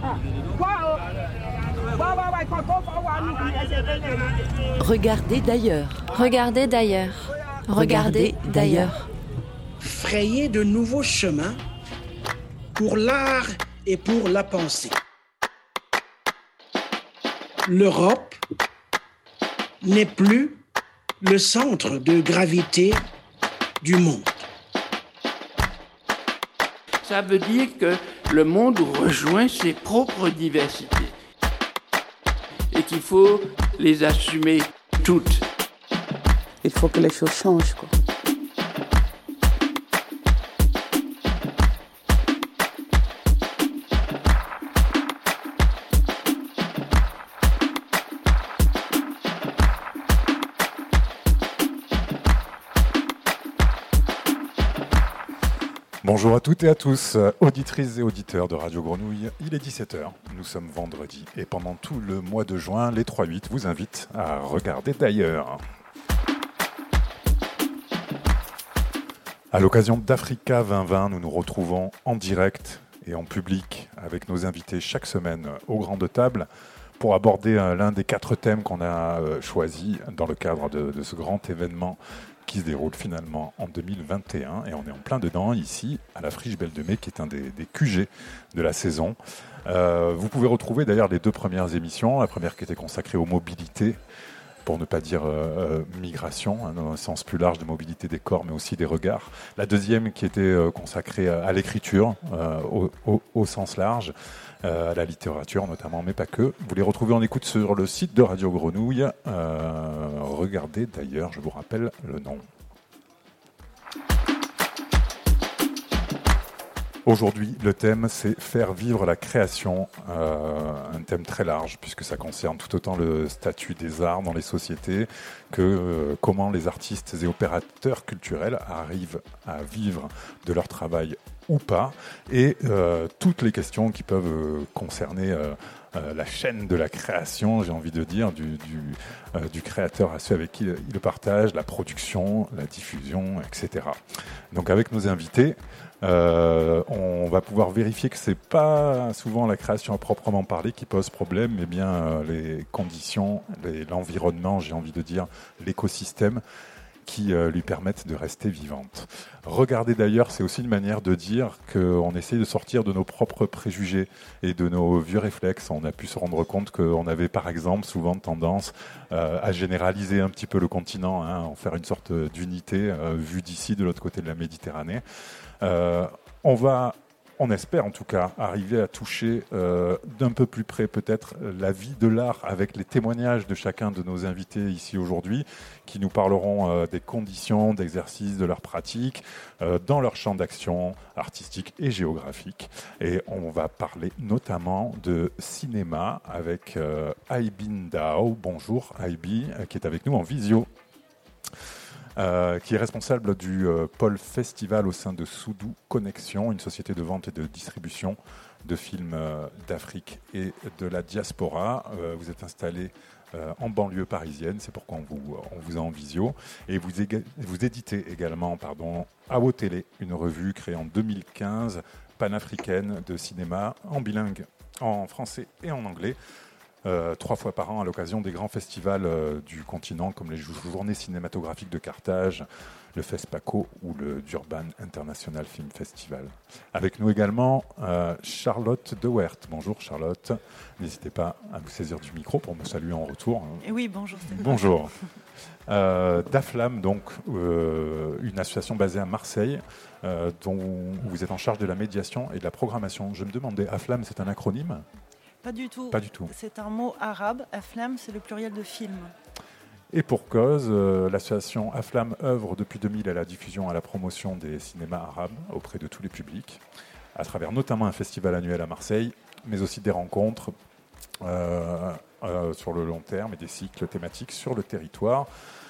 Regardez d'ailleurs. Regardez d'ailleurs. Regardez d'ailleurs. Frayer de nouveaux chemins pour l'art et pour la pensée. L'Europe n'est plus le centre de gravité du monde. Ça veut dire que le monde rejoint ses propres diversités et qu'il faut les assumer toutes. Il faut que les choses changent, quoi. Bonjour à toutes et à tous, auditrices et auditeurs de Radio Grenouille, il est 17h, nous sommes vendredi et pendant tout le mois de juin, les 3-8 vous invitent à regarder d'ailleurs. À l'occasion d'Africa 2020, nous nous retrouvons en direct et en public avec nos invités chaque semaine au Grand de Table pour aborder l'un des 4 thèmes qu'on a choisis dans le cadre de ce grand événement qui se déroule finalement en 2021 et on est en plein dedans ici à la Friche Belle de Mai qui est un des QG de la saison. Vous pouvez retrouver d'ailleurs les 2 premières émissions, la première qui était consacrée aux mobilités, pour ne pas dire migration, dans un sens plus large de mobilité des corps mais aussi des regards. La deuxième qui était consacrée à l'écriture au sens large, à la littérature notamment, mais pas que. Vous les retrouvez en écoute sur le site de Radio Grenouille. Regardez d'ailleurs, je vous rappelle le nom. Aujourd'hui, le thème, c'est faire vivre la création, un thème très large, puisque ça concerne tout autant le statut des arts dans les sociétés que comment les artistes et opérateurs culturels arrivent à vivre de leur travail ou pas, et toutes les questions qui peuvent concerner la chaîne de la création, j'ai envie de dire, du créateur à ceux avec qui il le partage, la production, la diffusion, etc. Donc avec nos invités, on va pouvoir vérifier que c'est pas souvent la création à proprement parler qui pose problème, mais bien les conditions, l'environnement, j'ai envie de dire, l'écosystème qui lui permettent de rester vivante. Regardez d'ailleurs, c'est aussi une manière de dire qu'on essaie de sortir de nos propres préjugés et de nos vieux réflexes. On a pu se rendre compte qu'on avait par exemple souvent tendance à généraliser un petit peu le continent, en faire une sorte d'unité vue d'ici, de l'autre côté de la Méditerranée. On espère en tout cas arriver à toucher d'un peu plus près peut-être la vie de l'art avec les témoignages de chacun de nos invités ici aujourd'hui qui nous parleront des conditions d'exercice de leur pratique dans leur champ d'action artistique et géographique. Et on va parler notamment de cinéma avec Aibi Ndao. Bonjour Aibi, qui est avec nous en visio. Qui est responsable du pôle festival au sein de Soudou Connexion, une société de vente et de distribution de films d'Afrique et de la diaspora. Vous êtes installé en banlieue parisienne, c'est pourquoi on vous a en visio. Et vous éditez également AO Télé, une revue créée en 2015, panafricaine de cinéma en bilingue, en français et en anglais. 3 fois par an à l'occasion des grands festivals du continent comme les Journées cinématographiques de Carthage, le FESPACO ou le Durban International Film Festival. Avec nous également Charlotte De Weert. Bonjour Charlotte, n'hésitez pas à vous saisir du micro pour me saluer en retour. Oui, bonjour Stéphane. Bonjour. DAFLAM, donc une association basée à Marseille dont vous êtes en charge de la médiation et de la programmation. Je me demandais, AFLAM c'est un acronyme ? Pas du tout. Pas du tout. C'est un mot arabe. Aflam, c'est le pluriel de film. Et pour cause, l'association Aflam œuvre depuis 2000 à la diffusion et à la promotion des cinémas arabes auprès de tous les publics, à travers notamment un festival annuel à Marseille, mais aussi des rencontres sur le long terme et des cycles thématiques sur le territoire.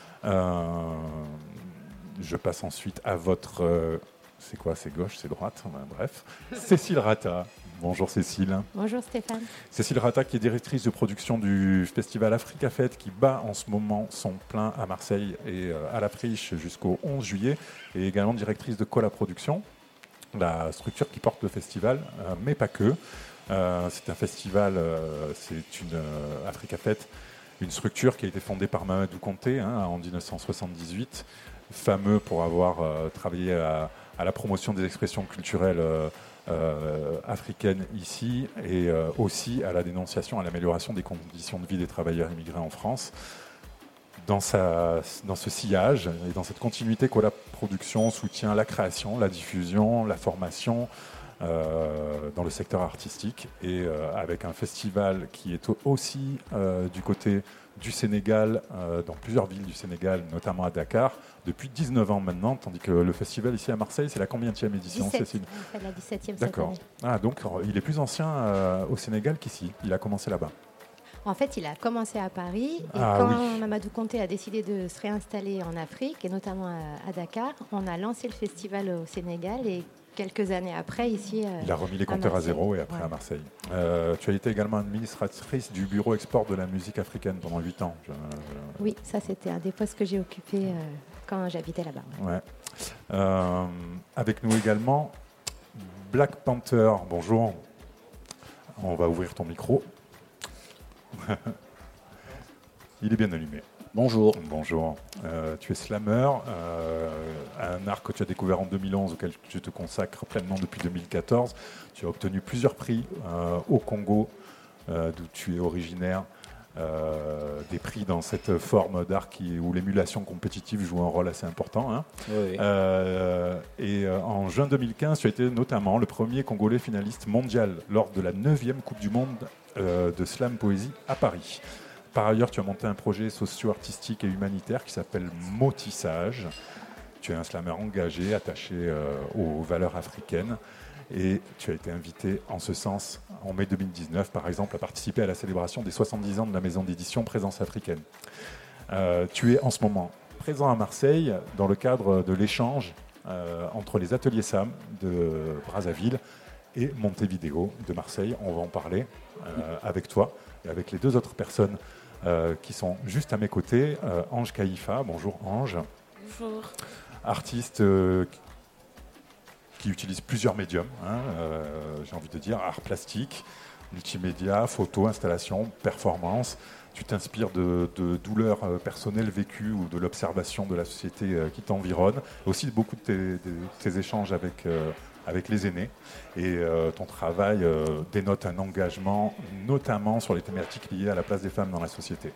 Je passe ensuite à votre... c'est quoi, c'est gauche, c'est droite, bref. Cécile Rata. Bonjour Cécile. Bonjour Stéphane. Cécile Rata qui est directrice de production du festival Africa Fête qui bat en ce moment son plein à Marseille et à la Friche jusqu'au 11 juillet et également directrice de Cola Production, la structure qui porte le festival, mais pas que. C'est un festival, c'est une Africa Fête, une structure qui a été fondée par Mamadou Konté en 1978, fameux pour avoir travaillé à la promotion des expressions culturelles africaines ici et aussi à la dénonciation, à l'amélioration des conditions de vie des travailleurs immigrés en France. Dans ce sillage et dans cette continuité, Cola Production soutient la création, la diffusion, la formation dans le secteur artistique et avec un festival qui est aussi du côté du Sénégal, dans plusieurs villes du Sénégal, notamment à Dakar, depuis 19 ans maintenant, tandis que le festival ici à Marseille, c'est la combienième édition, 17, Cécile? on fait la 17e D'accord. cette année. Donc il est plus ancien au Sénégal qu'ici, il a commencé là-bas. En fait, il a commencé à Paris et Mamadou Konté a décidé de se réinstaller en Afrique et notamment à Dakar, on a lancé le festival au Sénégal et quelques années après, ici il a remis les compteurs à zéro et après à Marseille. Tu as été également administratrice du bureau export de la musique africaine pendant 8 ans. Oui, ça c'était un des postes que j'ai occupé quand j'habitais là-bas. Ouais. Avec nous également, Black Panther. Bonjour. On va ouvrir ton micro. Il est bien allumé. Bonjour. Bonjour. Tu es slammer, un art que tu as découvert en 2011, auquel tu te consacres pleinement depuis 2014. Tu as obtenu plusieurs prix au Congo, d'où tu es originaire. Des prix dans cette forme d'art où l'émulation compétitive joue un rôle assez important. Oui. Et en juin 2015, tu as été notamment le premier Congolais finaliste mondial lors de la 9e Coupe du Monde de Slam Poésie à Paris. Par ailleurs, tu as monté un projet socio-artistique et humanitaire qui s'appelle Motissage. Tu es un slammer engagé, attaché aux valeurs africaines. Et tu as été invité en ce sens en mai 2019, par exemple, à participer à la célébration des 70 ans de la maison d'édition Présence africaine. Tu es en ce moment présent à Marseille dans le cadre de l'échange entre les ateliers SAM de Brazzaville et Montevideo de Marseille. On va en parler avec toi et avec les deux autres personnes qui sont juste à mes côtés. Ange Kaïfa, bonjour Ange. Bonjour. Artiste qui utilise plusieurs médiums, j'ai envie de dire, art plastique, multimédia, photo, installation, performance. Tu t'inspires de douleurs personnelles vécues ou de l'observation de la société qui t'environne. Aussi beaucoup de tes échanges avec les aînés. Et ton travail dénote un engagement, notamment sur les thématiques liées à la place des femmes dans la société.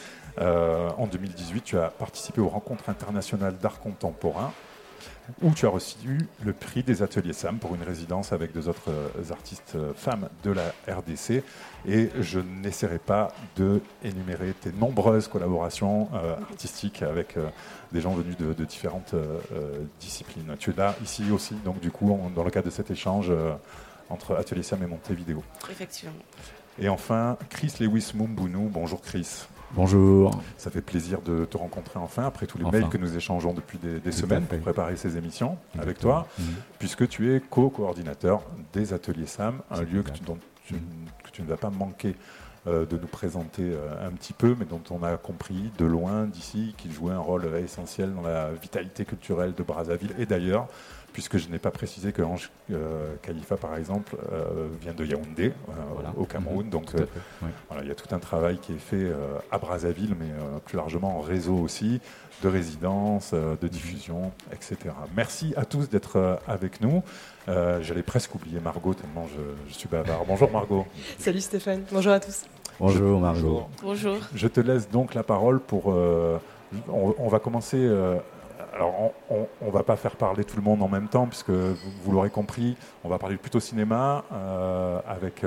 En 2018, tu as participé aux rencontres internationales d'art contemporain, où tu as reçu le prix des ateliers SAM pour une résidence avec deux autres artistes femmes de la RDC. Et je n'essaierai pas d'énumérer tes nombreuses collaborations artistiques avec des gens venus de différentes disciplines. Tu es là, ici aussi, donc du coup, dans le cadre de cet échange entre Atelier SAM et Montevideo. Effectivement. Et enfin, Chris Lewis Mumbunu. Bonjour Chris. Bonjour. Ça fait plaisir de te rencontrer enfin, après tous les mails que nous échangeons depuis des semaines pour préparer ces émissions avec toi, puisque tu es co-coordinateur des Ateliers SAM, un lieu que tu ne vas pas manquer de nous présenter un petit peu, mais dont on a compris de loin d'ici qu'il jouait un rôle essentiel dans la vitalité culturelle de Brazzaville et d'ailleurs, puisque je n'ai pas précisé que Ange Khalifa, par exemple, vient de Yaoundé, au Cameroun. Donc, voilà, il y a tout un travail qui est fait à Brazzaville, mais plus largement en réseau aussi, de résidence, de diffusion, etc. Merci à tous d'être avec nous. J'allais presque oublier Margot, tellement je suis bavard. Bonjour Margot. Salut Stéphane, bonjour à tous. Bonjour Margot. Bonjour. Je te laisse donc la parole pour... on va commencer... Alors, on ne va pas faire parler tout le monde en même temps, puisque vous l'aurez compris, on va parler plutôt cinéma avec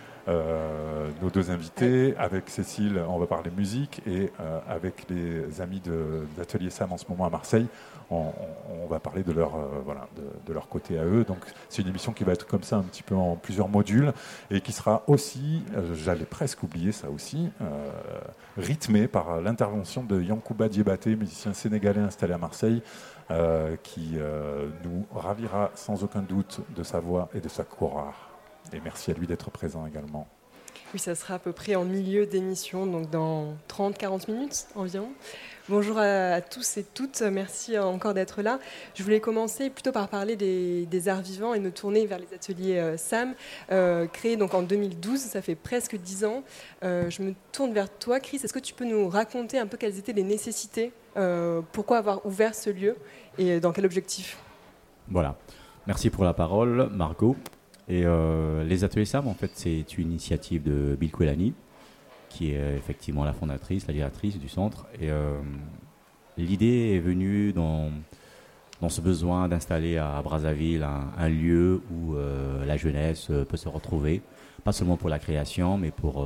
nos deux invités. Avec Cécile, on va parler musique. Et avec les amis d'Atelier SAM en ce moment à Marseille, on va parler de leur côté à eux. Donc, c'est une émission qui va être comme ça, un petit peu en plusieurs modules, et qui sera aussi, j'allais presque oublier ça aussi, rythmée par l'intervention de Yankouba Diébaté, musicien sénégalais installé à Marseille, qui nous ravira sans aucun doute de sa voix et de sa chorale. Et merci à lui d'être présent également. Oui, ça sera à peu près en milieu d'émission, donc dans 30-40 minutes environ. Bonjour à tous et toutes, merci encore d'être là. Je voulais commencer plutôt par parler des arts vivants et me tourner vers les ateliers SAM, créés donc en 2012, ça fait presque 10 ans. Je me tourne vers toi, Chris, est-ce que tu peux nous raconter un peu quelles étaient les nécessités, pourquoi avoir ouvert ce lieu et dans quel objectif ? Voilà, merci pour la parole Margot. Et les ateliers SAM, en fait, c'est une initiative de Bill Quelani, qui est effectivement la fondatrice, la directrice du centre. Et l'idée est venue dans ce besoin d'installer à Brazzaville un lieu où la jeunesse peut se retrouver, pas seulement pour la création, mais pour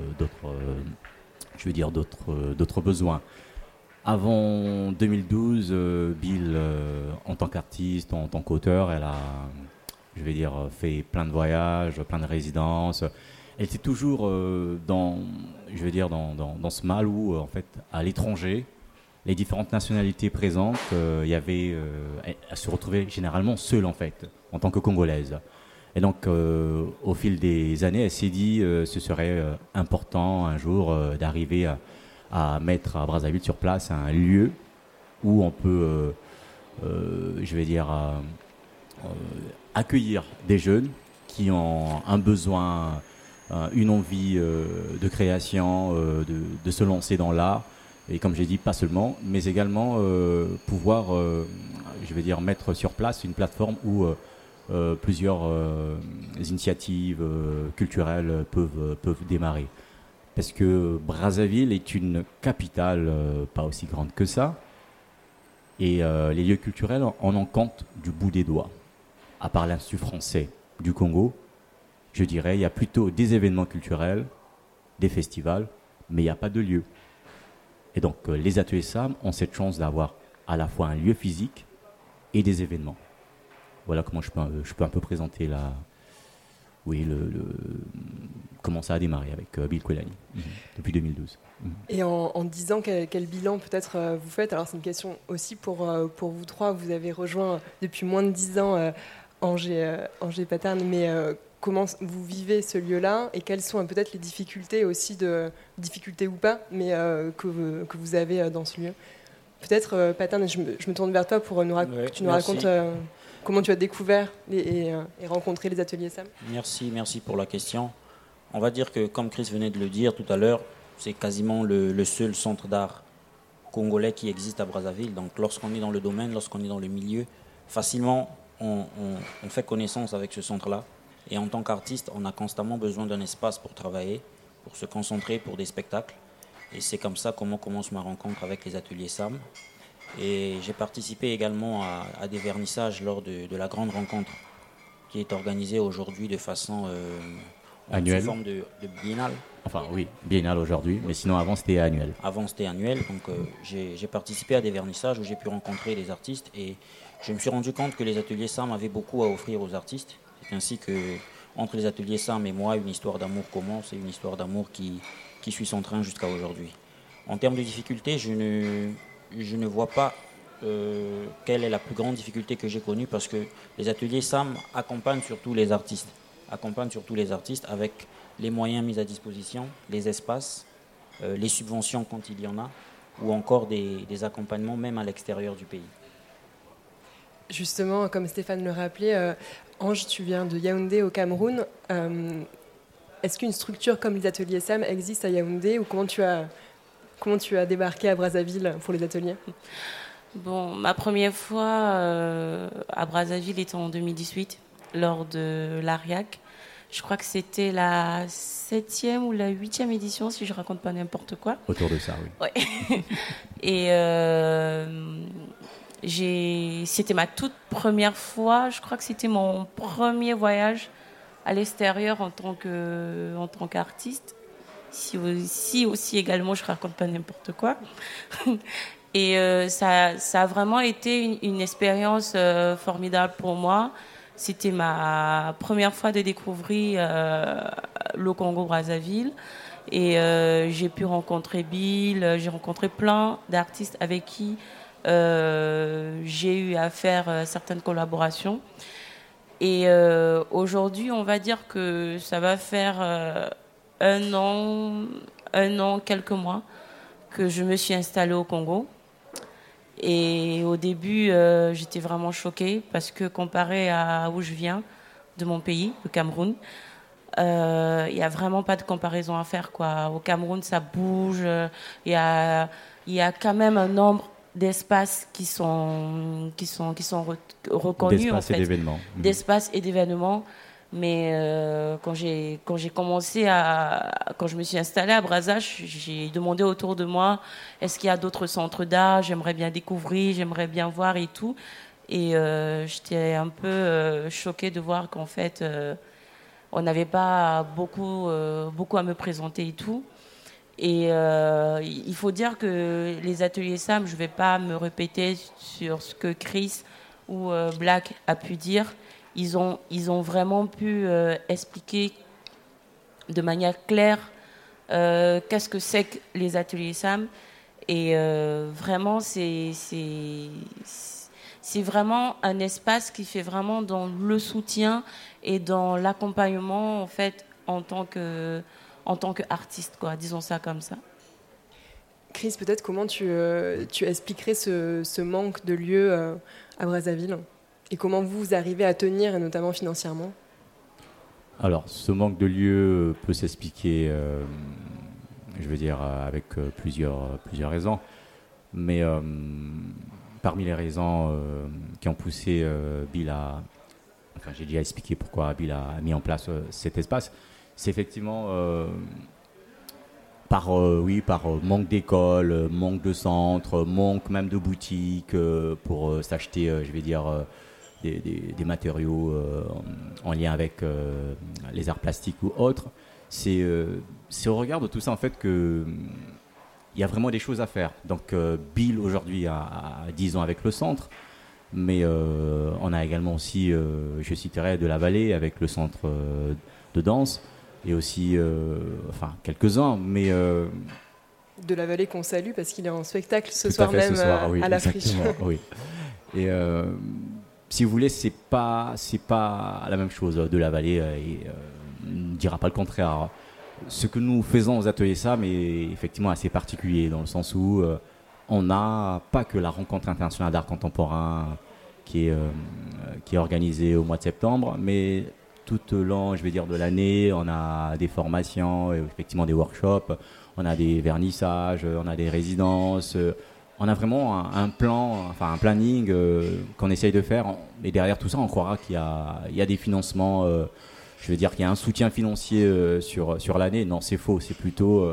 d'autres besoins. Avant 2012, Bill, en tant qu'artiste, en tant qu'auteur, elle a, fait plein de voyages, plein de résidences. Elle était toujours dans ce mal où, en fait, à l'étranger, les différentes nationalités présentes, elle se retrouvait généralement seule, en fait, en tant que Congolaise. Et donc, au fil des années, elle s'est dit ce serait important un jour d'arriver à mettre à Brazzaville sur place un lieu où on peut, accueillir des jeunes qui ont un besoin, une envie de création, de se lancer dans l'art. Et comme j'ai dit, pas seulement, mais également pouvoir, mettre sur place une plateforme où plusieurs initiatives culturelles peuvent démarrer. Parce que Brazzaville est une capitale pas aussi grande que ça. Et les lieux culturels, on en compte du bout des doigts. À part l'Institut français du Congo, je dirais, il y a plutôt des événements culturels, des festivals, mais il n'y a pas de lieu. Et donc, les ateliers SAM ont cette chance d'avoir à la fois un lieu physique et des événements. Voilà comment je peux un peu présenter comment ça a démarré avec Bill Quelani depuis 2012. Et en 10 ans, quel bilan peut-être vous faites ? Alors c'est une question aussi pour vous trois. Vous avez rejoint depuis moins de 10 ans Angers Pattern, mais comment vous vivez ce lieu-là et quelles sont peut-être les difficultés aussi, difficultés ou pas, mais que vous avez dans ce lieu ? Peut-être, Pattern, je me tourne vers toi pour que tu nous racontes comment tu as découvert et rencontré les ateliers SAM. Merci pour la question. On va dire que, comme Chris venait de le dire tout à l'heure, c'est quasiment le seul centre d'art congolais qui existe à Brazzaville. Donc lorsqu'on est dans le domaine, lorsqu'on est dans le milieu, facilement on fait connaissance avec ce centre-là. Et en tant qu'artiste, on a constamment besoin d'un espace pour travailler, pour se concentrer, pour des spectacles. Et c'est comme ça comment commence ma rencontre avec les ateliers SAM. Et j'ai participé également à des vernissages lors de la grande rencontre qui est organisée aujourd'hui de façon annuelle, sous forme de biennale. Enfin oui, biennale aujourd'hui, mais sinon avant c'était annuel. Avant c'était annuel, donc j'ai participé à des vernissages où j'ai pu rencontrer les artistes et je me suis rendu compte que les ateliers SAM avaient beaucoup à offrir aux artistes. C'est ainsi que entre les ateliers SAM et moi, une histoire d'amour commence et une histoire d'amour qui suit son train jusqu'à aujourd'hui. En termes de difficultés, je ne vois pas quelle est la plus grande difficulté que j'ai connue parce que les ateliers SAM accompagnent surtout les artistes avec les moyens mis à disposition, les espaces, les subventions quand il y en a, ou encore des accompagnements même à l'extérieur du pays. Justement, comme Stéphane le rappelait, Ange, tu viens de Yaoundé au Cameroun. Est-ce qu'une structure comme les ateliers SAM existe à Yaoundé ou comment tu as débarqué à Brazzaville pour les ateliers ? Bon, ma première fois à Brazzaville était en 2018, lors de l'ARIAC. Je crois que c'était la 7e ou la 8e édition, si je raconte pas n'importe quoi. Autour de ça, oui. Ouais. Et c'était ma toute première fois. Je crois que c'était mon premier voyage à l'extérieur en tant qu'artiste. Si aussi également, je raconte pas n'importe quoi. Et ça a vraiment été une expérience formidable pour moi. C'était ma première fois de découvrir le Congo-Brazzaville. Et j'ai pu rencontrer Bill, j'ai rencontré plein d'artistes avec qui j'ai eu à faire certaines collaborations. Et aujourd'hui, on va dire que ça va faire un an, quelques mois que je me suis installée au Congo. Et au début, j'étais vraiment choquée parce que comparé à où je viens, de mon pays, le Cameroun, il n'y a vraiment pas de comparaison à faire, quoi. Au Cameroun, ça bouge. Il y a quand même un nombre d'espaces qui sont reconnus, d'espaces en fait. Et d'événements. D'espaces et d'événements. Mais quand je me suis installée à Brazzaville, j'ai demandé autour de moi, est-ce qu'il y a d'autres centres d'art? J'aimerais bien découvrir, j'aimerais bien voir et tout. Et j'étais un peu choquée de voir qu'en fait, on n'avait pas beaucoup à me présenter et tout. Et il faut dire que les ateliers SAM, je ne vais pas me répéter sur ce que Chris ou Black a pu dire. Ils ont vraiment pu expliquer de manière claire qu'est-ce que c'est que les ateliers SAM. Et vraiment, c'est vraiment un espace qui fait vraiment dans le soutien et dans l'accompagnement, en fait, en tant qu'artiste, quoi, disons ça comme ça. Chris, peut-être comment tu expliquerais ce manque de lieux à Brazzaville et comment vous arrivez à tenir, et notamment financièrement? Alors, ce manque de lieux peut s'expliquer, je veux dire, avec plusieurs raisons. Mais parmi les raisons qui ont poussé Bill à... Enfin, j'ai déjà expliqué pourquoi Bill a mis en place cet espace. C'est effectivement par manque d'écoles, manque de centres, manque même de boutiques pour s'acheter, je vais dire, des matériaux en lien avec les arts plastiques ou autres. C'est au regard de tout ça en fait que il y a vraiment des choses à faire. Donc Bill aujourd'hui a 10 ans avec le centre, mais on a également aussi, je citerai, de la Vallée avec le centre de danse, et aussi, quelques-uns, mais... de la Vallée qu'on salue parce qu'il est en spectacle ce soir même oui, à la Friche. Oui. Et si vous voulez, c'est pas la même chose de la Vallée, on ne dira pas le contraire. Ce que nous faisons aux ateliers SAM est effectivement assez particulier dans le sens où on n'a pas que la rencontre internationale d'art contemporain qui est organisée au mois de septembre, mais tout au long, je vais dire, de l'année, on a des formations, effectivement des workshops, on a des vernissages, on a des résidences. On a vraiment un planning qu'on essaye de faire. Et derrière tout ça, on croira qu'il y a des financements. Je veux dire qu'il y a un soutien financier sur l'année. Non, c'est faux. C'est plutôt,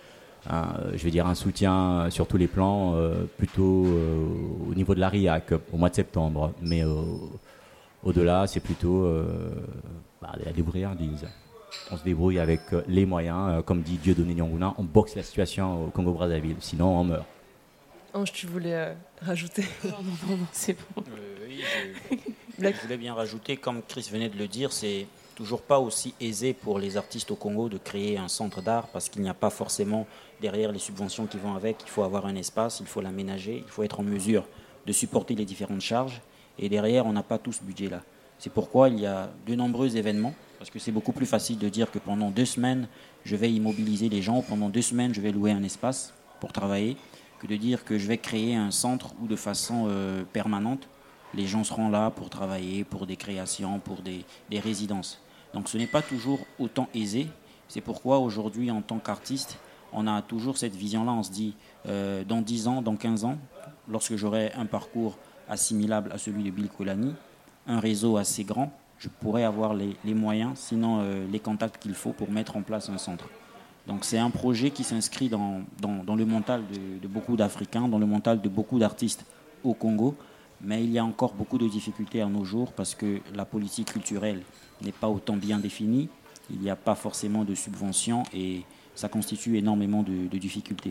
un soutien sur tous les plans, plutôt au niveau de la RIAC au mois de septembre. Mais au-delà, c'est plutôt la débrouillardise. On se débrouille avec les moyens. Comme dit Dieudonné Nyanguna, on boxe la situation au Congo-Brazzaville. Sinon, on meurt. Ange, tu voulais rajouter? Non, c'est bon. Oui, je voulais bien rajouter, comme Chris venait de le dire, c'est toujours pas aussi aisé pour les artistes au Congo de créer un centre d'art parce qu'il n'y a pas forcément derrière les subventions qui vont avec. Il faut avoir un espace, il faut l'aménager, il faut être en mesure de supporter les différentes charges. Et derrière, on n'a pas tout ce budget-là. C'est pourquoi il y a de nombreux événements, parce que c'est beaucoup plus facile de dire que pendant 2 semaines, je vais immobiliser les gens, pendant 2 semaines, je vais louer un espace pour travailler, que de dire que je vais créer un centre où de façon permanente, les gens seront là pour travailler, pour des créations, pour des résidences. Donc ce n'est pas toujours autant aisé. C'est pourquoi aujourd'hui, en tant qu'artiste, on a toujours cette vision-là. On se dit, dans 10 ans, dans 15 ans, lorsque j'aurai un parcours assimilable à celui de Bill Kolani, un réseau assez grand, je pourrais avoir les moyens, sinon les contacts qu'il faut pour mettre en place un centre. Donc c'est un projet qui s'inscrit dans le mental de beaucoup d'Africains, dans le mental de beaucoup d'artistes au Congo, mais il y a encore beaucoup de difficultés à nos jours parce que la politique culturelle n'est pas autant bien définie, il n'y a pas forcément de subventions et ça constitue énormément de difficultés.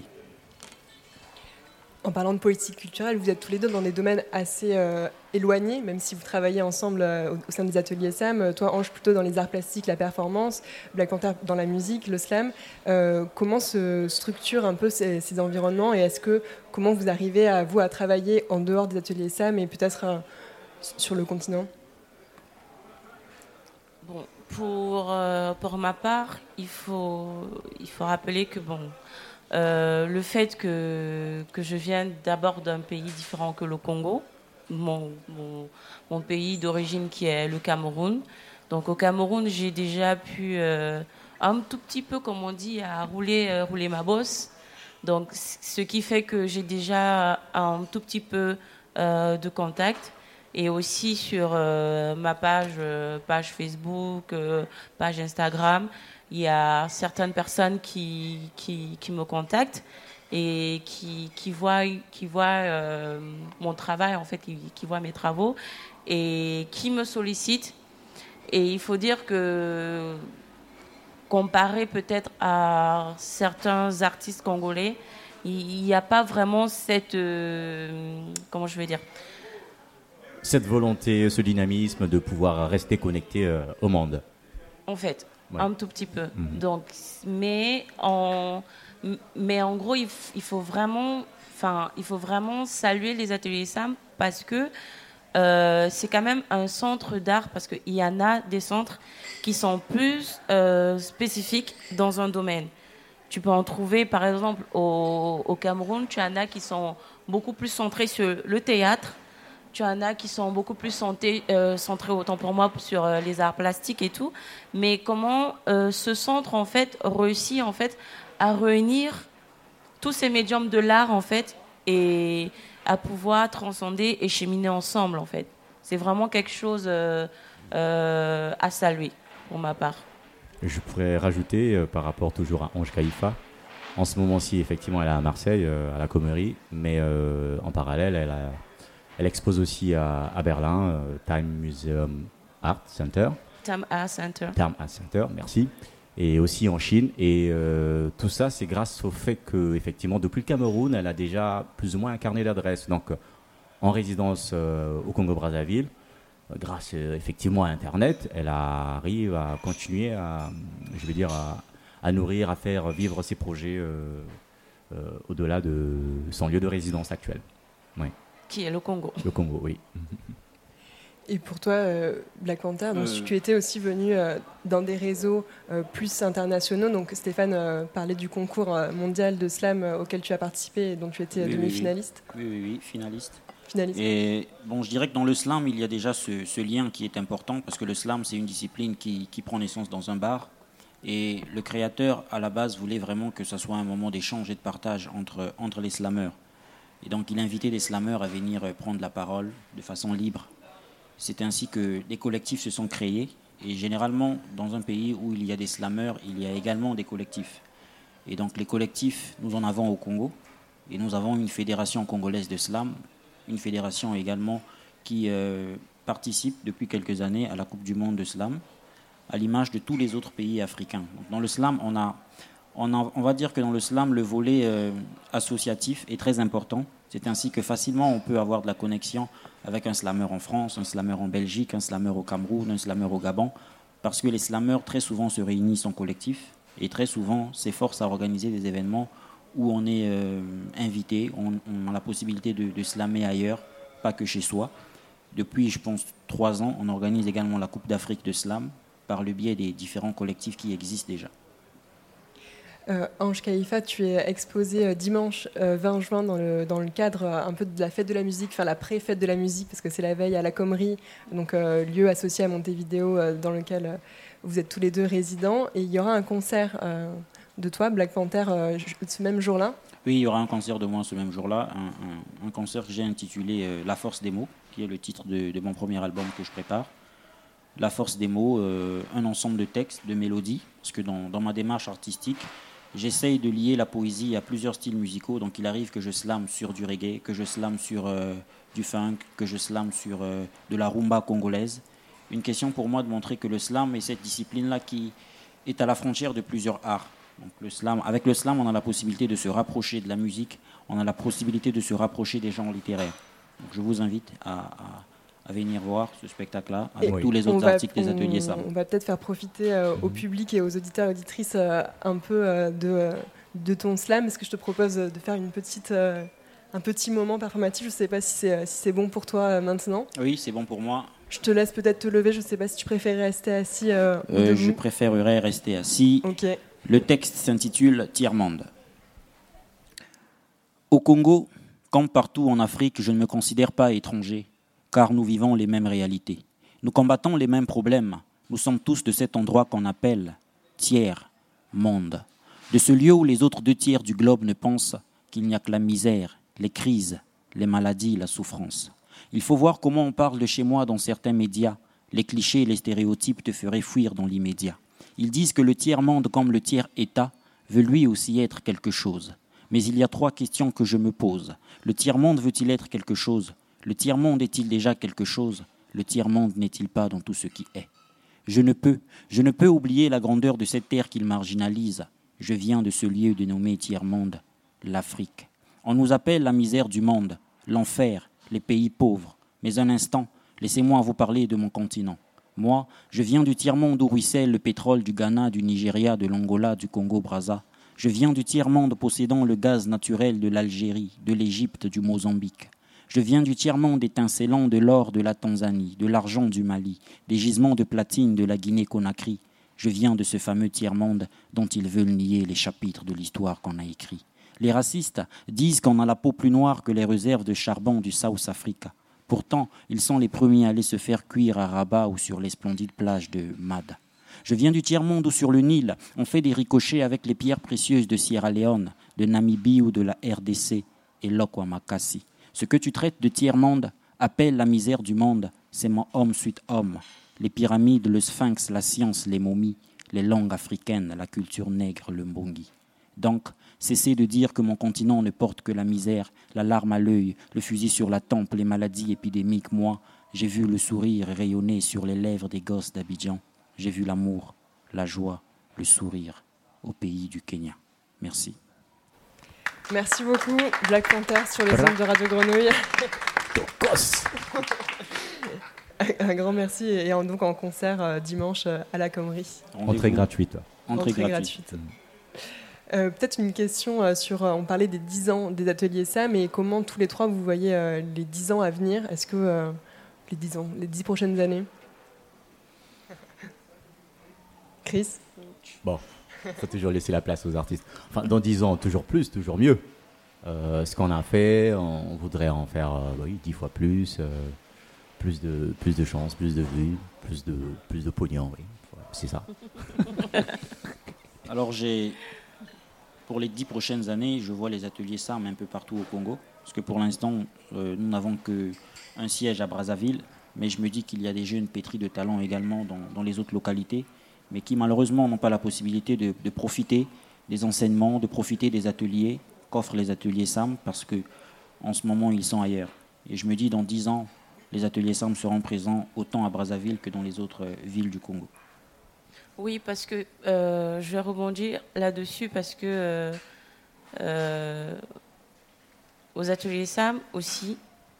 En parlant de politique culturelle, vous êtes tous les deux dans des domaines assez éloignés, même si vous travaillez ensemble au sein des ateliers SAM. Toi, Ange, plutôt dans les arts plastiques, la performance, Black Panther dans la musique, le slam. Comment se structurent un peu ces environnements et comment vous arrivez à travailler en dehors des ateliers SAM et peut-être sur le continent? Bon, Pour ma part, il faut rappeler que le fait que je vienne d'abord d'un pays différent que le Congo, mon pays d'origine qui est le Cameroun. Donc au Cameroun, j'ai déjà pu un tout petit peu, comme on dit, à rouler ma bosse. Donc ce qui fait que j'ai déjà un tout petit peu de contact. Et aussi sur ma page Facebook, page Instagram, il y a certaines personnes qui me contactent et qui voient mon travail, en fait, qui voient mes travaux et qui me sollicitent. Et il faut dire que, comparé peut-être à certains artistes congolais, il n'y a pas vraiment cette... comment je vais dire ? Cette volonté, ce dynamisme de pouvoir rester connecté au monde. En fait, ouais. Un tout petit peu. Donc, mais en gros, il faut vraiment saluer les ateliers SAM parce que c'est quand même un centre d'art, parce qu'il y en a des centres qui sont plus spécifiques dans un domaine. Tu peux en trouver, par exemple, au Cameroun, tu en as qui sont beaucoup plus centrés sur le théâtre. Tu en as qui sont beaucoup plus centrés, autant pour moi, sur les arts plastiques et tout. Mais comment ce centre, en fait, réussit, en fait, à réunir tous ces médiums de l'art, en fait, et à pouvoir transcender et cheminer ensemble, en fait. C'est vraiment quelque chose à saluer, pour ma part. Je pourrais rajouter, par rapport toujours à Ange Kaifa, en ce moment-ci, effectivement, elle est à Marseille, à la Commerie, mais en parallèle, elle expose aussi à Berlin, Time Museum Art Center. Time Art Center. Time Art Center, merci. Et aussi en Chine. Et tout ça, c'est grâce au fait qu'effectivement, depuis le Cameroun, elle a déjà plus ou moins un carnet d'adresses. Donc, en résidence au Congo-Brazzaville, grâce effectivement à Internet, elle arrive à continuer à nourrir, à faire vivre ses projets au-delà de son lieu de résidence actuel. Oui. Qui est le Congo. Le Congo, oui. Et pour toi, Black Panther, donc, tu étais aussi venu dans des réseaux plus internationaux. Donc Stéphane parlait du concours mondial de slam auquel tu as participé et dont tu étais demi-finaliste. Oui, finaliste. Et je dirais que dans le slam, il y a déjà ce lien qui est important, parce que le slam, c'est une discipline qui prend naissance dans un bar. Et le créateur, à la base, voulait vraiment que ce soit un moment d'échange et de partage entre les slammeurs. Et donc, il invitait les slammeurs à venir prendre la parole de façon libre. C'est ainsi que des collectifs se sont créés. Et généralement, dans un pays où il y a des slammeurs, il y a également des collectifs. Et donc, les collectifs, nous en avons au Congo. Et nous avons une fédération congolaise de slam, une fédération également qui participe depuis quelques années à la Coupe du Monde de slam, à l'image de tous les autres pays africains. Donc, dans le slam, on va dire que dans le slam, le volet associatif est très important. C'est ainsi que facilement on peut avoir de la connexion avec un slameur en France, un slameur en Belgique, un slameur au Cameroun, un slameur au Gabon, parce que les slameurs très souvent se réunissent en collectif et très souvent s'efforcent à organiser des événements où on est invité, on a la possibilité de slammer ailleurs, pas que chez soi. Depuis, je pense, 3 ans, on organise également la Coupe d'Afrique de slam par le biais des différents collectifs qui existent déjà. Ange Kaifa, tu es exposé dimanche 20 juin dans le cadre un peu de la fête de la musique, enfin la pré-fête de la musique, parce que c'est la veille à la Commerie, donc lieu associé à Montevideo dans lequel vous êtes tous les deux résidents. Et il y aura un concert de toi, Black Panther, ce même jour-là. Oui, il y aura un concert de moi ce même jour-là, un concert que j'ai intitulé La Force des mots, qui est le titre de mon premier album que je prépare. La Force des mots, un ensemble de textes, de mélodies, parce que dans ma démarche artistique, j'essaye de lier la poésie à plusieurs styles musicaux. Donc il arrive que je slame sur du reggae, que je slame sur du funk, que je slame sur de la rumba congolaise. Une question pour moi de montrer que le slam est cette discipline-là qui est à la frontière de plusieurs arts. Donc avec le slam, on a la possibilité de se rapprocher de la musique, on a la possibilité de se rapprocher des genres littéraires. Donc je vous invite à venir voir ce spectacle-là avec tous les autres articles des ateliers SAM. On va peut-être faire profiter au public et aux auditeurs et auditrices un peu de ton slam. Est-ce que je te propose de faire un petit moment performatif? Je ne sais pas si c'est bon pour toi maintenant. Oui, c'est bon pour moi. Je te laisse peut-être te lever, je ne sais pas si tu préfères rester assis ou debout. Je préférerais rester assis. Okay. Le texte s'intitule Tiers-monde. Au Congo, comme partout en Afrique, je ne me considère pas étranger, car nous vivons les mêmes réalités. Nous combattons les mêmes problèmes. Nous sommes tous de cet endroit qu'on appelle tiers-monde. De ce lieu où les autres 2 tiers du globe ne pensent qu'il n'y a que la misère, les crises, les maladies, la souffrance. Il faut voir comment on parle de chez moi dans certains médias. Les clichés et les stéréotypes te feraient fuir dans l'immédiat. Ils disent que le tiers-monde, comme le tiers-État, veut lui aussi être quelque chose. Mais il y a 3 questions que je me pose. Le tiers-monde veut-il être quelque chose ? Le tiers-monde est-il déjà quelque chose ? Le tiers-monde n'est-il pas dans tout ce qui est ? Je ne peux oublier la grandeur de cette terre qu'il marginalise. Je viens de ce lieu dénommé tiers-monde, l'Afrique. On nous appelle la misère du monde, l'enfer, les pays pauvres. Mais un instant, laissez-moi vous parler de mon continent. Moi, je viens du tiers-monde où ruisselle le pétrole du Ghana, du Nigeria, de l'Angola, du Congo-Brazza. Je viens du tiers-monde possédant le gaz naturel de l'Algérie, de l'Égypte, du Mozambique. Je viens du tiers-monde étincelant de l'or de la Tanzanie, de l'argent du Mali, des gisements de platine de la Guinée-Conakry. Je viens de ce fameux tiers-monde dont ils veulent nier les chapitres de l'histoire qu'on a écrits. Les racistes disent qu'on a la peau plus noire que les réserves de charbon du South Africa. Pourtant, ils sont les premiers à aller se faire cuire à Rabat ou sur les splendides plages de Mad. Je viens du tiers-monde où sur le Nil, on fait des ricochets avec les pierres précieuses de Sierra Leone, de Namibie ou de la RDC et Lokwamakassi. Ce que tu traites de tiers-monde appelle la misère du monde. C'est mon homme suite homme. Les pyramides, le sphinx, la science, les momies, les langues africaines, la culture nègre, le mbongi. Donc, cessez de dire que mon continent ne porte que la misère, la larme à l'œil, le fusil sur la tempe, les maladies épidémiques. Moi, j'ai vu le sourire rayonner sur les lèvres des gosses d'Abidjan. J'ai vu l'amour, la joie, le sourire au pays du Kenya. Merci. Merci beaucoup, Black Panther sur les ondes de Radio Grenouille. Un grand merci et donc en concert dimanche à la Comrie. Entrée gratuite. Entrée gratuite. Peut-être une question sur, on parlait des 10 ans des ateliers SAM et comment tous les 3 vous voyez les 10 ans à venir. Est-ce que les 10 prochaines années? Chris? Bon, il faut toujours laisser la place aux artistes. Enfin, dans 10 ans, toujours plus, toujours mieux. Ce qu'on a fait, on voudrait en faire 10 fois plus, plus de chances, plus de vues, plus de pognon, oui. C'est ça. Alors pour les 10 prochaines années, je vois les ateliers SAM un peu partout au Congo. Parce que pour l'instant, nous n'avons qu'un siège à Brazzaville. Mais je me dis qu'il y a des jeunes pétris de talent également dans les autres localités, mais qui malheureusement n'ont pas la possibilité de profiter des enseignements, de profiter des ateliers qu'offrent les ateliers SAM, parce qu'en ce moment, ils sont ailleurs. Et je me dis, dans 10 ans, les ateliers SAM seront présents autant à Brazzaville que dans les autres villes du Congo. Oui, parce que je vais rebondir là-dessus, parce que aux ateliers SAM aussi,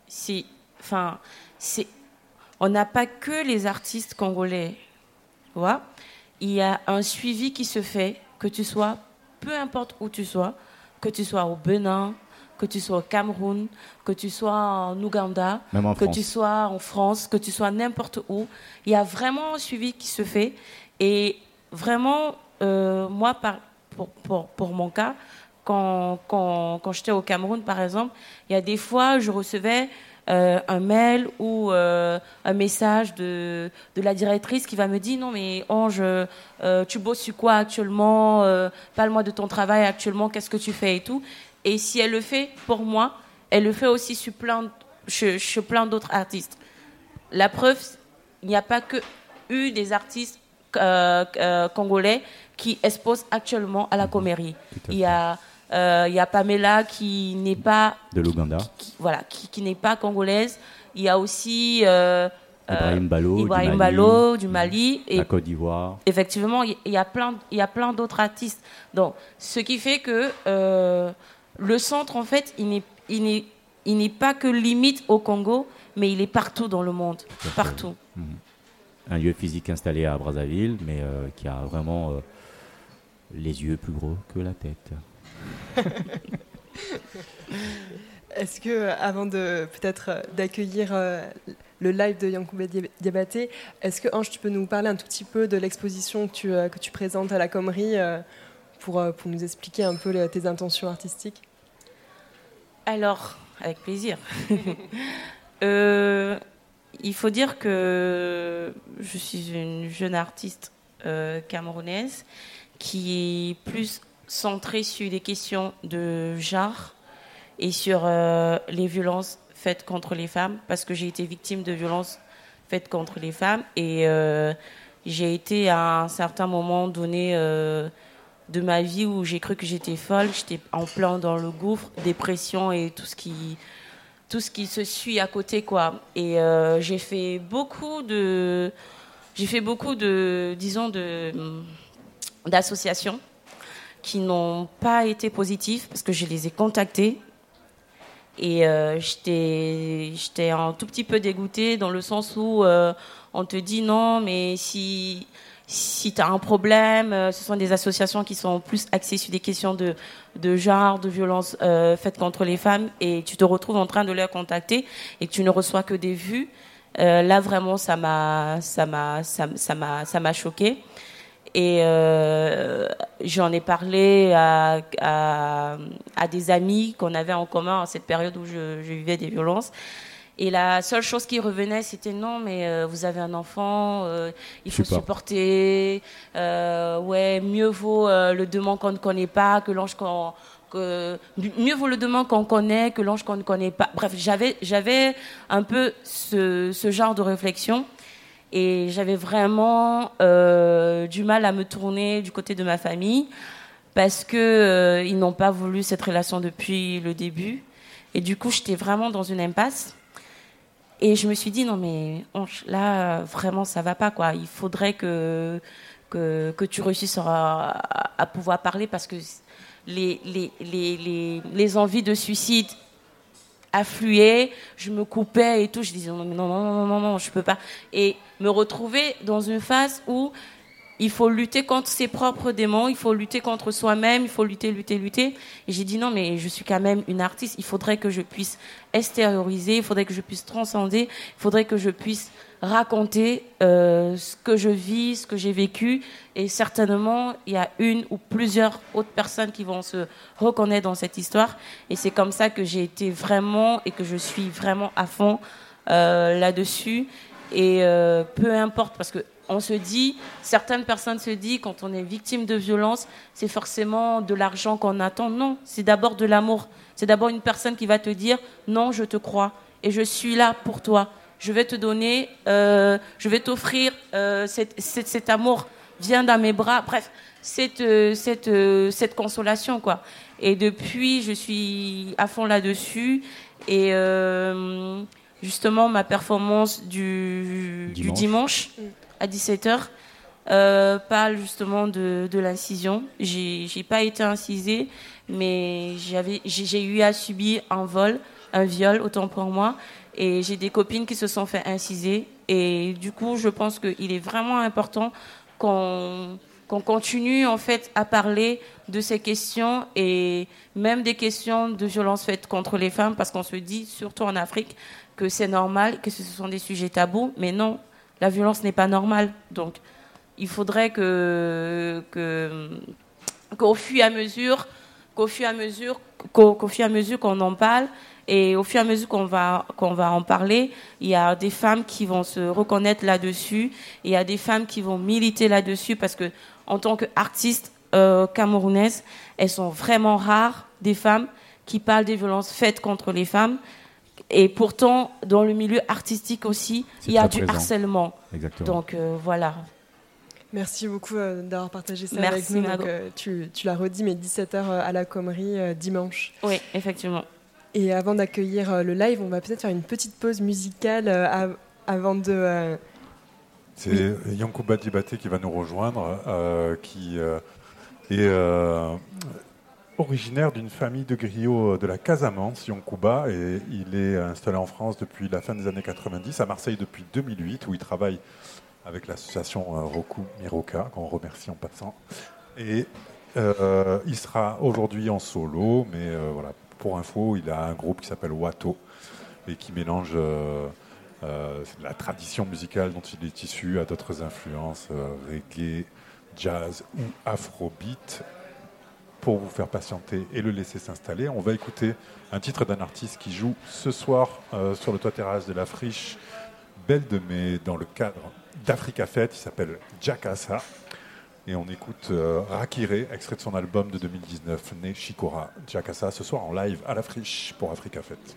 on n'a pas que les artistes congolais. Tu vois, il y a un suivi qui se fait, que tu sois, peu importe où tu sois, que tu sois au Bénin, que tu sois au Cameroun, que tu sois en Ouganda, que tu sois en France, que tu sois n'importe où. Il y a vraiment un suivi qui se fait. Et vraiment, moi, pour mon cas, quand j'étais au Cameroun, par exemple, il y a des fois, je recevais un mail ou un message de la directrice qui va me dire « Non, mais Ange, tu bosses sur quoi actuellement ? Parle-moi de ton travail actuellement, qu'est-ce que tu fais et tout ?» Et si elle le fait pour moi, elle le fait aussi sur plein d'autres artistes. La preuve, il n'y a pas que eu des artistes congolais qui exposent actuellement à la Comérie. Il y a Pamela qui n'est pas de l'Ouganda, qui n'est pas congolaise. Il y a aussi Ibrahim Balo du Mali et la Côte d'Ivoire. Effectivement, il y a plein d'autres artistes. Donc, ce qui fait que le centre, en fait, il n'est pas que limite au Congo, mais il est partout dans le monde, partout. Un lieu physique installé à Brazzaville, mais qui a vraiment les yeux plus gros que la tête. Est-ce que, avant de peut-être d'accueillir le live de Yankouba Diabaté. Est-ce que, Ange, tu peux nous parler un tout petit peu de l'exposition que tu présentes à la Comrie pour nous expliquer un peu tes intentions artistiques? Alors, avec plaisir. Il faut dire que je suis une jeune artiste camerounaise qui est plus centrée sur des questions de genre et sur les violences faites contre les femmes, parce que j'ai été victime de violences faites contre les femmes et j'ai été à un certain moment donné de ma vie où j'ai cru que j'étais folle, j'étais en plein dans le gouffre, dépression et tout ce qui se suit à côté, quoi. Et j'ai fait beaucoup d'associations qui n'ont pas été positives parce que je les ai contactées et j'étais un tout petit peu dégoûtée dans le sens où on te dit non, mais si tu as un problème, ce sont des associations qui sont plus axées sur des questions de genre, de violence faites contre les femmes, et tu te retrouves en train de les contacter et que tu ne reçois que des vues. Là, vraiment, ça m'a choquée. Et j'en ai parlé à des amis qu'on avait en commun à cette période où je vivais des violences. Et la seule chose qui revenait, c'était non, mais vous avez un enfant, il faut supporter. Ouais, mieux vaut le démon qu'on ne connaît pas que l'ange mieux vaut le démon qu'on connaît que l'ange qu'on ne connaît pas. Bref, j'avais un peu ce genre de réflexion. Et j'avais vraiment du mal à me tourner du côté de ma famille parce que ils n'ont pas voulu cette relation depuis le début. Et du coup, j'étais vraiment dans une impasse. Et je me suis dit, non mais là, vraiment, ça va pas, quoi. Il faudrait que tu réussisses à pouvoir parler parce que les envies de suicide affluaient, je me coupais et tout. Je disais, non, je peux pas. Et me retrouver dans une phase où il faut lutter contre ses propres démons, il faut lutter contre soi-même, il faut lutter. Et j'ai dit non, mais je suis quand même une artiste, il faudrait que je puisse extérioriser, il faudrait que je puisse transcender, il faudrait que je puisse raconter ce que je vis, ce que j'ai vécu. Et certainement, il y a une ou plusieurs autres personnes qui vont se reconnaître dans cette histoire. Et c'est comme ça que j'ai été vraiment et que je suis vraiment à fond là-dessus. Et peu importe, parce que on se dit, certaines personnes se disent, quand on est victime de violence, c'est forcément de l'argent qu'on attend. Non, c'est d'abord de l'amour. C'est d'abord une personne qui va te dire, non, je te crois et je suis là pour toi. Je vais te donner, je vais t'offrir cet amour. Viens dans mes bras. Bref, cette consolation, quoi. Et depuis, je suis à fond là-dessus. Et justement, ma performance du dimanche à 17h parle justement de l'incision. J'ai pas été incisée, mais j'ai eu à subir un viol, autant pour moi. Et j'ai des copines qui se sont fait inciser. Et du coup, je pense qu'il est vraiment important qu'on continue en fait à parler de ces questions et même des questions de violence faites contre les femmes, parce qu'on se dit, surtout en Afrique, que c'est normal, que ce sont des sujets tabous. Mais non, la violence n'est pas normale. Donc, il faudrait qu'au fur et à mesure qu'on en parle, et au fur et à mesure qu'on va en parler, il y a des femmes qui vont se reconnaître là-dessus, il y a des femmes qui vont militer là-dessus, parce que en tant qu'artistes camerounaises, elles sont vraiment rares, des femmes qui parlent des violences faites contre les femmes. Et pourtant, dans le milieu artistique aussi, il y a du harcèlement. Exactement. Donc voilà. Merci beaucoup d'avoir partagé ça avec nous. Donc, tu l'as redit, mais 17h à la Comrie dimanche. Oui, effectivement. Et avant d'accueillir le live, on va peut-être faire une petite pause musicale avant de... C'est Yankouba Diabaté qui va nous rejoindre, qui est originaire d'une famille de griots de la Casamance, Yankouba, et il est installé en France depuis la fin des années 90, à Marseille depuis 2008, où il travaille avec l'association Roku Miroka, qu'on remercie en passant. Et il sera aujourd'hui en solo, mais voilà, pour info, il a un groupe qui s'appelle Wato, et qui mélange la tradition musicale dont il est issu a d'autres influences, reggae, jazz ou afrobeat. Pour vous faire patienter et le laisser s'installer, on va écouter un titre d'un artiste qui joue ce soir sur le toit terrasse de la Friche Belle de Mai dans le cadre d'Africa Fête. Il s'appelle Jakassa et on écoute Rakire, extrait de son album de 2019 né Shikora. Jakassa ce soir en live à la Friche pour Africa Fête.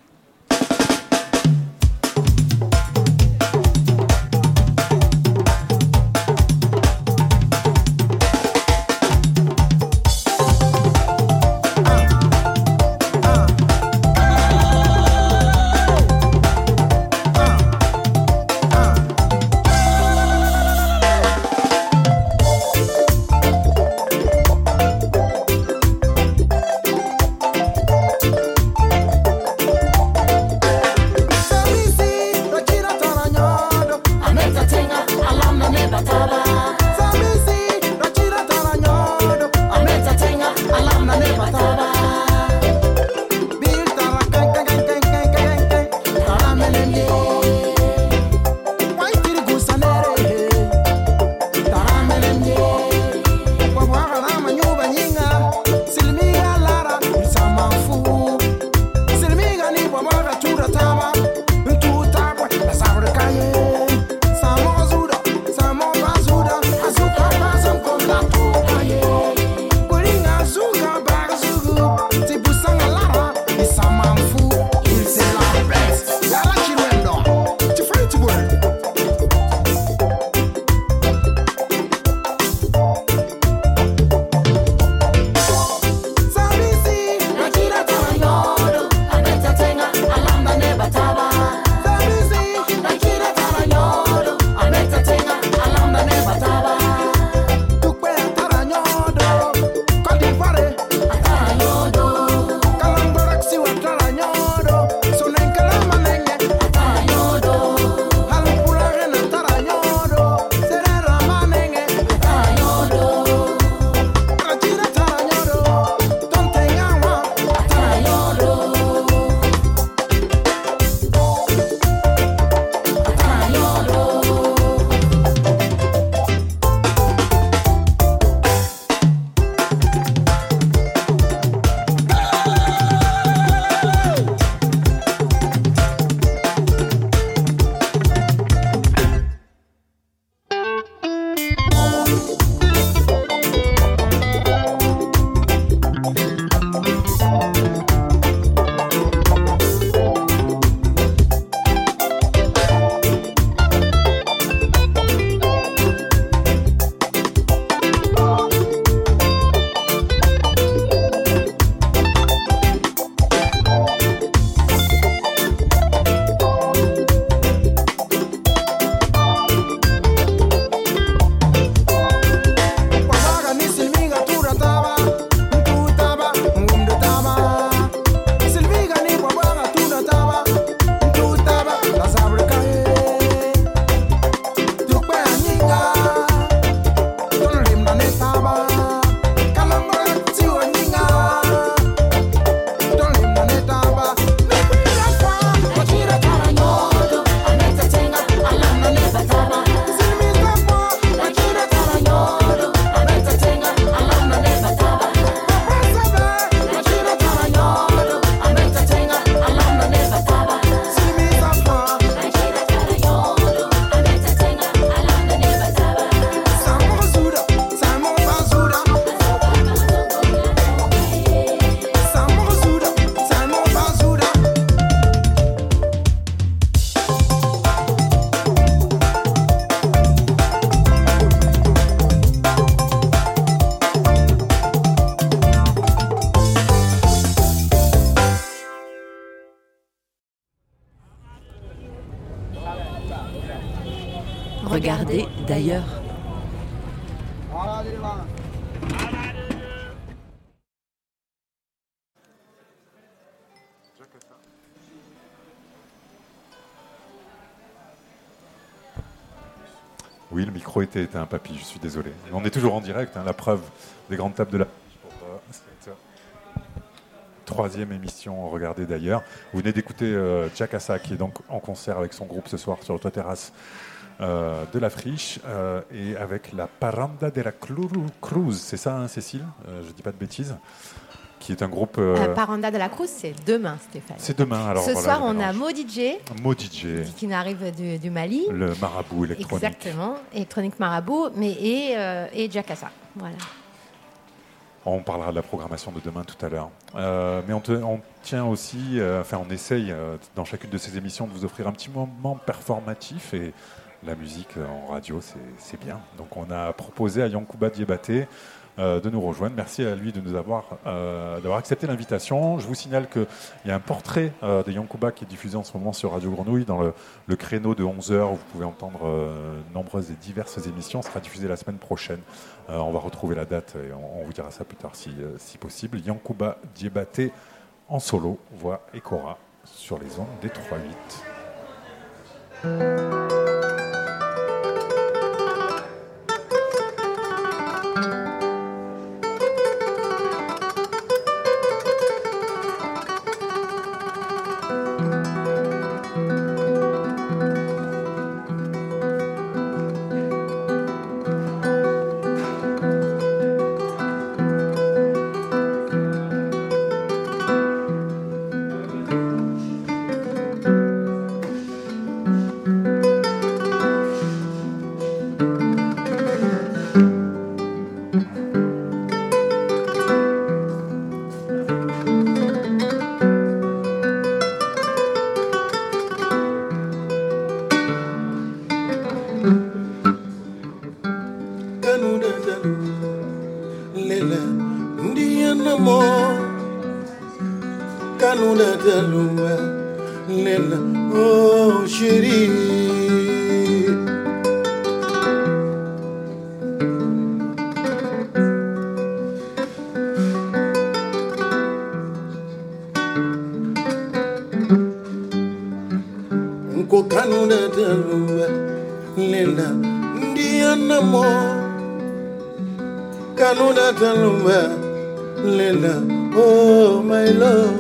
Regardez d'ailleurs. Oui, le micro était éteint, papy, je suis désolé. On est toujours en direct, hein, la preuve des grandes tables de la... troisième émission Regardez d'ailleurs. Vous venez d'écouter Jakassa qui est donc en concert avec son groupe ce soir sur l'autre terrasse de la Friche et avec la Paranda de la Cruz, c'est ça hein, Cécile je dis pas de bêtises, qui est un groupe... Paranda de la Cruz, c'est demain Stéphane. C'est demain alors. Ce soir on a Mo DJ qui arrive du Mali. Le marabout électronique. Exactement, électronique marabout, et Jakassa, voilà. On parlera de la programmation de demain tout à l'heure. Mais on tient aussi, on essaye dans chacune de ces émissions de vous offrir un petit moment performatif et la musique en radio, c'est bien. Donc on a proposé à Yankuba Diébaté de nous rejoindre. Merci à lui de nous d'avoir accepté l'invitation. Je vous signale qu'il y a un portrait de Yankuba qui est diffusé en ce moment sur Radio Grenouille dans le créneau de 11h où vous pouvez entendre nombreuses et diverses émissions. Ce sera diffusé la semaine prochaine. On va retrouver la date et on vous dira ça plus tard si possible. Yankuba Diébaté en solo, voix et chora sur les ondes des 3-8. Oh my love,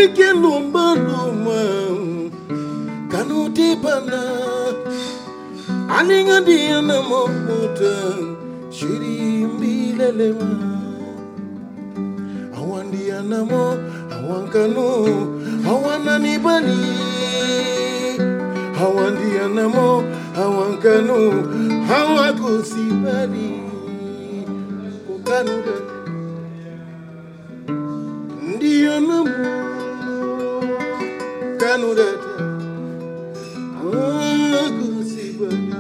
wike lumba luma kanuti bana alinga diana momuta shiri mbilelema awandiana mo awankanu awanani bali awandiana mo awankanu awakusibali kukanuda ndiana mo kanudata awakusibali.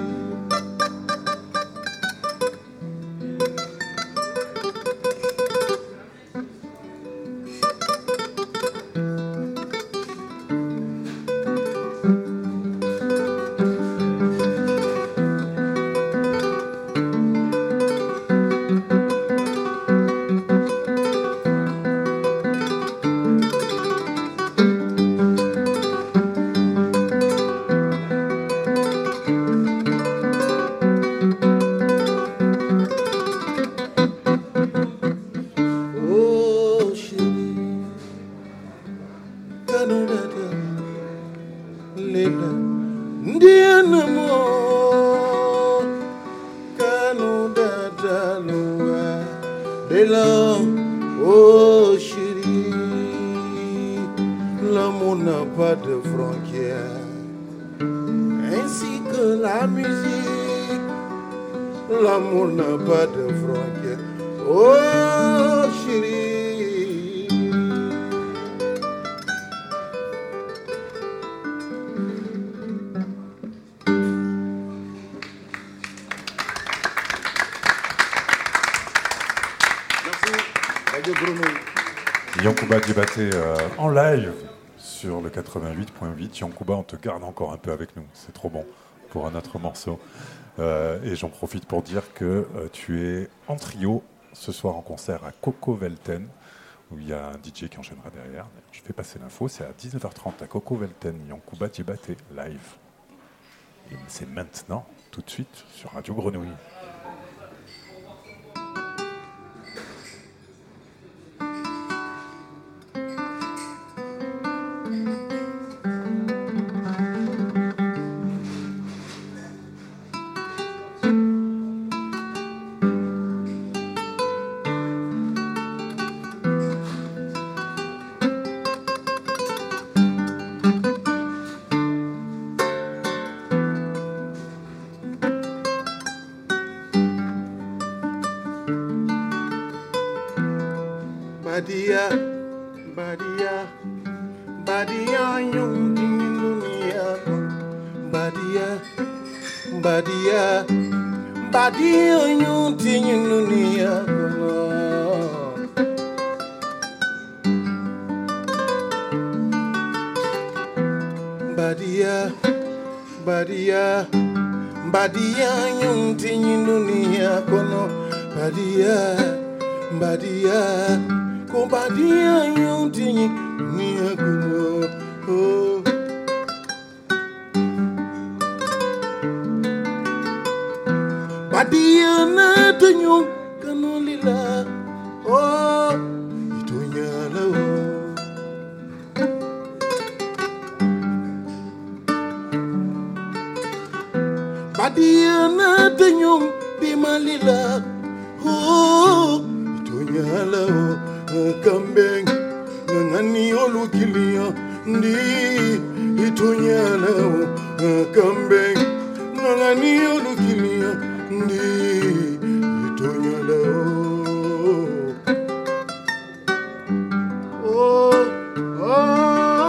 Oh chérie, l'amour n'a pas de frontières, ainsi que la musique, l'amour n'a pas de frontières. Oh chérie, Yankuba Diabaté en live sur le 88.8. Yankuba, on te garde encore un peu avec nous, c'est trop bon pour un autre morceau. Et j'en profite pour dire que tu es en trio ce soir en concert à Coco Velten, où il y a un DJ qui enchaînera derrière. Je fais passer l'info, c'est à 19h30 à Coco Velten, Yankuba Diabaté live. Et c'est maintenant, tout de suite, sur Radio Grenouille. Badia, Badia, Badia, yung dunia. Badia, Badia, Badia, yung dunia. Badia, Badia, Badia, yung dunia. Badia, Badia. Combadia yung tingi niya kumo oh Badia na tanyong kanolila oh ito niya lao Badia na tanyong bimalila oh ito niya lao Kambeng ngani olukilia ndi itunyala kambeng ngani olukilia ndi itunyala oh oh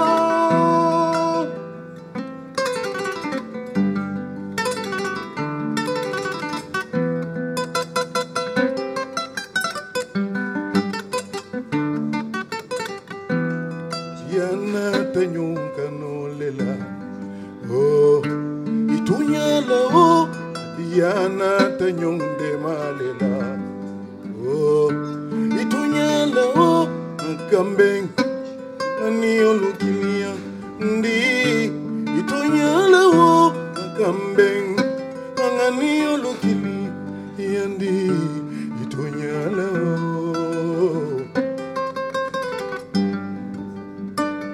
Yana tanyong de malela oh itunyala oh kambeng ani olukilia ndi itunyala oh kambeng ani olukilia ndi itunyala oh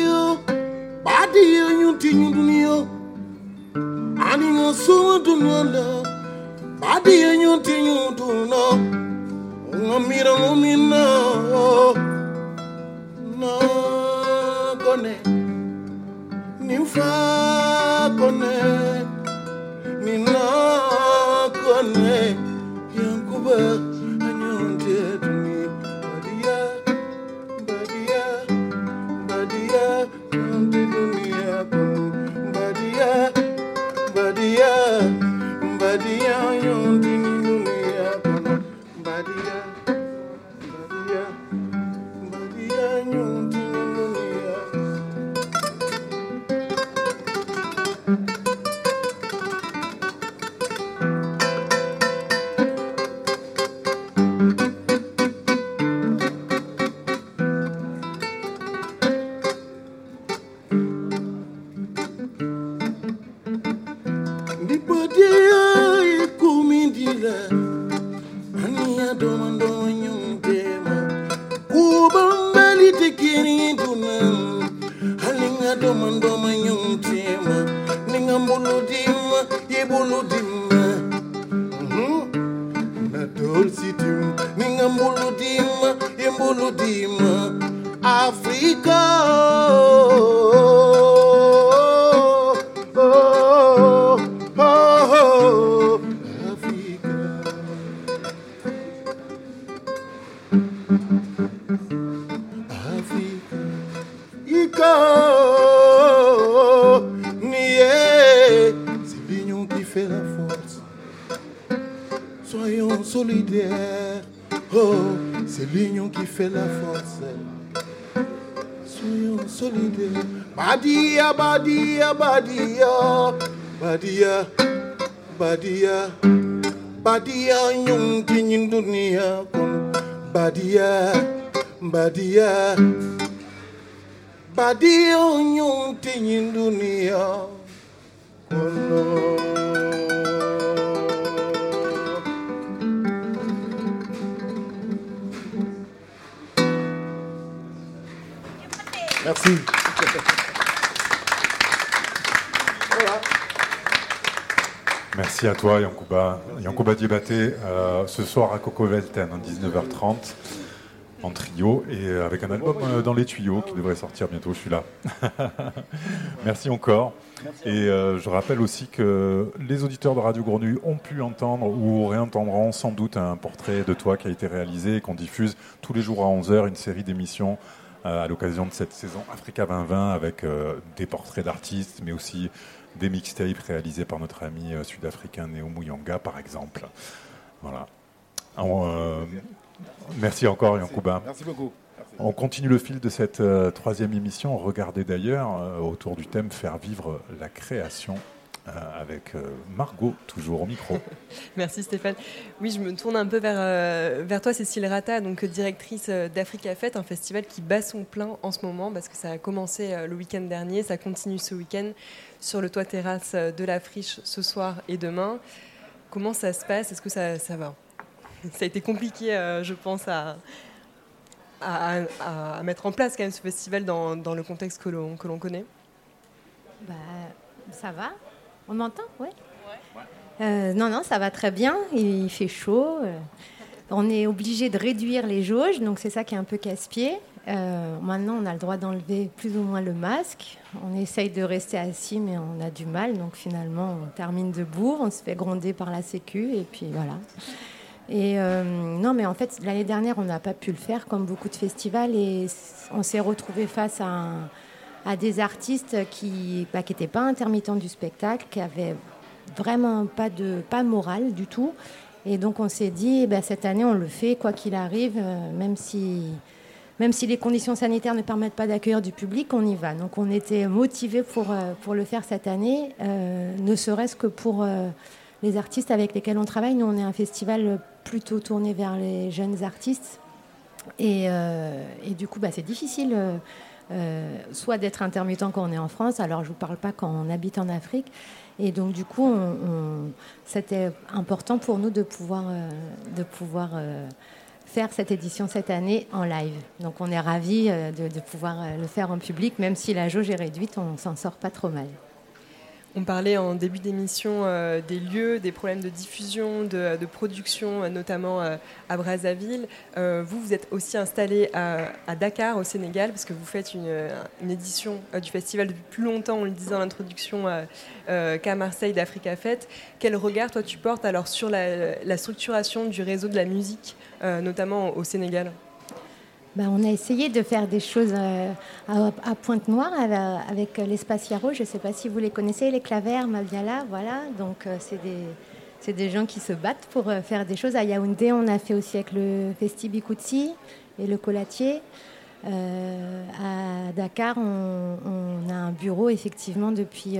badia nyunti nyundunia ani ngaso dunala badia nyunti nyunduna ngamira ngomina na kone nifa kone nina kone yankuba anyonte duni badia badia badia nyonte dunia badia badia badia nyonte dunia badia badia badia nyonte dunia. Africa, c'est l'union qui fait la force. Soyons solidaires. Oh, c'est l'union qui fait la force. Soyons solidaires. Badia, badia, badia, badia, badia, badia, nyunti nyindunia kon. Badia, badia, badia, nyunti nyindunia kon. Merci. Voilà. Merci à toi, Yankuba Diabaté, ce soir à Coco Velten, à 19h30, en trio, et avec un album dans les tuyaux qui devrait sortir bientôt, je suis là. Merci encore. Merci. Et je rappelle aussi que les auditeurs de Radio Grenouille ont pu entendre ou réentendront sans doute un portrait de toi qui a été réalisé et qu'on diffuse tous les jours à 11h, une série d'émissions à l'occasion de cette saison Africa 2020 avec des portraits d'artistes, mais aussi des mixtapes réalisés par notre ami sud-africain Néo Muyanga, par exemple. Voilà. Merci encore, Yankuba. Merci beaucoup. Merci. On continue le fil de cette troisième émission. Regardez d'ailleurs autour du thème « Faire vivre la création ». Avec Margot, toujours au micro. Merci Stéphane. Oui, je me tourne un peu vers toi, Cécile Rata, donc directrice d'Africa Fête, un festival qui bat son plein en ce moment parce que ça a commencé le week-end dernier, ça continue ce week-end sur le toit terrasse de la Friche ce soir et demain. Comment ça se passe ? Est-ce que ça va ? Ça a été compliqué, je pense, à mettre en place quand même ce festival dans le contexte que l'on connaît. Ça va. On m'entend ? Oui. Non, ça va très bien. Il fait chaud. On est obligé de réduire les jauges, donc c'est ça qui est un peu casse-pied. Maintenant, on a le droit d'enlever plus ou moins le masque. On essaye de rester assis, mais on a du mal. Donc finalement, on termine debout, on se fait gronder par la Sécu, et puis voilà. Et non, mais en fait, l'année dernière, on n'a pas pu le faire, comme beaucoup de festivals, et on s'est retrouvé face à des artistes qui n'étaient pas intermittents du spectacle, qui n'avaient vraiment pas morale du tout. Et donc on s'est dit, cette année on le fait, quoi qu'il arrive, même si les conditions sanitaires ne permettent pas d'accueillir du public, on y va. Donc on était motivés pour le faire cette année, ne serait-ce que pour les artistes avec lesquels on travaille. Nous, on est un festival plutôt tourné vers les jeunes artistes. Et du coup, c'est difficile... soit d'être intermittent quand on est en France, alors je ne vous parle pas quand on habite en Afrique, et donc du coup c'était important pour nous de pouvoir faire cette édition cette année en live. Donc on est ravis de pouvoir le faire en public, même si la jauge est réduite, on s'en sort pas trop mal. On parlait en début d'émission des lieux, des problèmes de diffusion, de production, notamment à Brazzaville. Vous êtes aussi installé à Dakar, au Sénégal, parce que vous faites une édition du festival depuis plus longtemps, on le disait en introduction, qu'à Marseille d'Africa Fête. Quel regard, toi, tu portes alors sur la structuration du réseau de la musique, notamment au Sénégal ? On a essayé de faire des choses à Pointe-Noire avec l'Espace Yaro. Je ne sais pas si vous les connaissez, les Clavers, Malviala, voilà. Donc c'est des gens qui se battent pour faire des choses. À Yaoundé, on a fait aussi avec le Festi Bikoutsi et le Colatier. À Dakar, on a un bureau effectivement depuis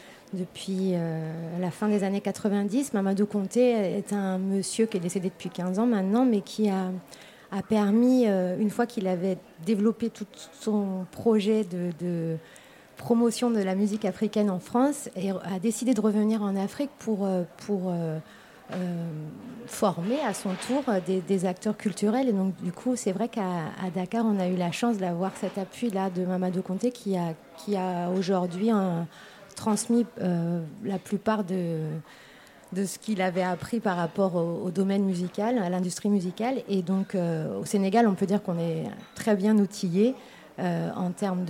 la fin des années 90. Mamadou Konté est un monsieur qui est décédé depuis 15 ans maintenant, mais qui a permis, une fois qu'il avait développé tout son projet de promotion de la musique africaine en France, et a décidé de revenir en Afrique pour former à son tour des acteurs culturels. Et donc, du coup, c'est vrai qu'à Dakar, on a eu la chance d'avoir cet appui-là de Mamadou Konté qui a aujourd'hui transmis la plupart de ce qu'il avait appris par rapport au domaine musical, à l'industrie musicale. Et donc, au Sénégal, on peut dire qu'on est très bien outillé en termes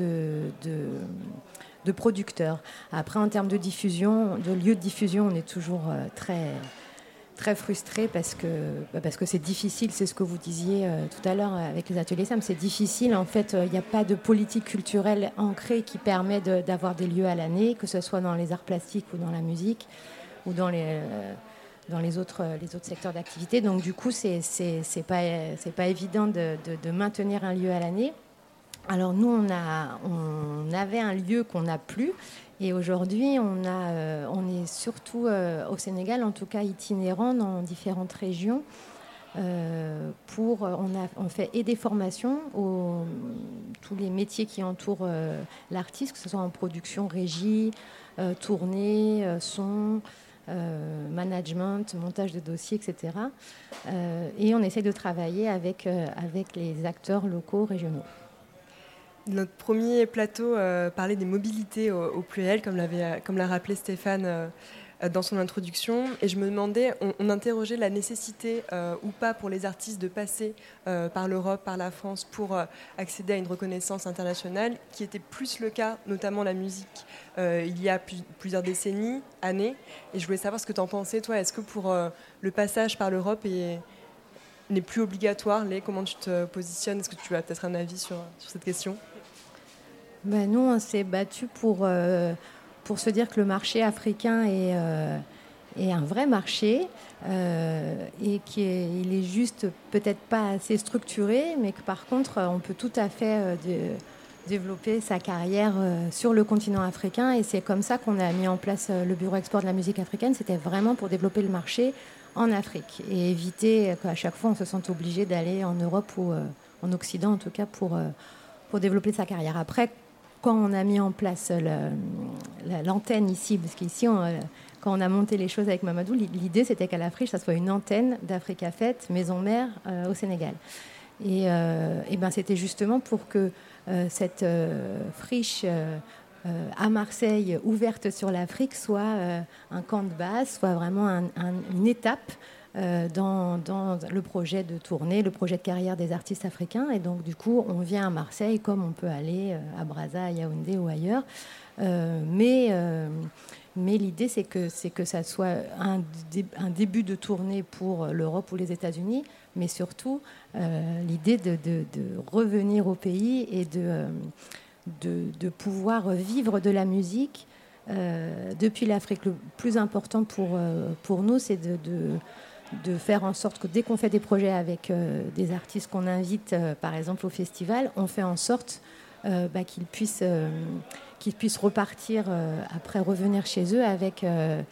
de producteurs. Après, en termes de diffusion, de lieux de diffusion, on est toujours très frustré parce que c'est difficile. C'est ce que vous disiez tout à l'heure avec les ateliers SAM. C'est difficile. En fait, il n'y a pas de politique culturelle ancrée qui permet d'avoir des lieux à l'année, que ce soit dans les arts plastiques ou dans la musique, ou dans les autres secteurs d'activité. Donc du coup, c'est pas évident de maintenir un lieu à l'année. Alors nous, on avait un lieu qu'on n'a plus, et aujourd'hui, on est surtout au Sénégal, en tout cas itinérant dans différentes régions. On fait et des formations tous les métiers qui entourent l'artiste, que ce soit en production, régie, tournée, son, management, montage de dossiers, etc. Et on essaie de travailler avec les acteurs locaux, régionaux. Notre premier plateau parlait des mobilités au pluriel, comme l'a rappelé Stéphane dans son introduction. Et je me demandais, on interrogeait la nécessité ou pas pour les artistes de passer par l'Europe, par la France, pour accéder à une reconnaissance internationale, qui était plus le cas, notamment la musique, il y a plusieurs décennies, années. Et je voulais savoir ce que tu en pensais, toi. Est-ce que pour le passage par l'Europe n'est plus obligatoire? Comment tu te positionnes? Est-ce que tu as peut-être un avis sur cette question? Nous, on s'est battus pour se dire que le marché africain est un vrai marché et qu'il est juste peut-être pas assez structuré, mais que par contre, on peut tout à fait développer sa carrière sur le continent africain. Et c'est comme ça qu'on a mis en place le Bureau Export de la musique africaine. C'était vraiment pour développer le marché en Afrique et éviter qu'à chaque fois, on se sente obligé d'aller en Europe ou en Occident, en tout cas, pour développer sa carrière. Après, quand on a mis en place l'antenne ici, parce qu'ici, quand on a monté les choses avec Mamadou, l'idée c'était qu'à l'Afrique, ça soit une antenne d'Africa Fête, maison mère au Sénégal. Et c'était justement pour que cette friche à Marseille, ouverte sur l'Afrique, soit un camp de base, soit vraiment une étape dans le projet de tournée, le projet de carrière des artistes africains. Et donc, du coup, on vient à Marseille comme on peut aller à Brazza, à Yaoundé ou ailleurs. Mais l'idée, c'est que ça soit un début de tournée pour l'Europe ou les États-Unis, mais surtout l'idée de revenir au pays et de pouvoir vivre de la musique depuis l'Afrique. Le plus important pour nous, c'est de faire en sorte que dès qu'on fait des projets avec des artistes qu'on invite, par exemple, au festival, on fait en sorte qu'ils puissent repartir après, revenir chez eux avec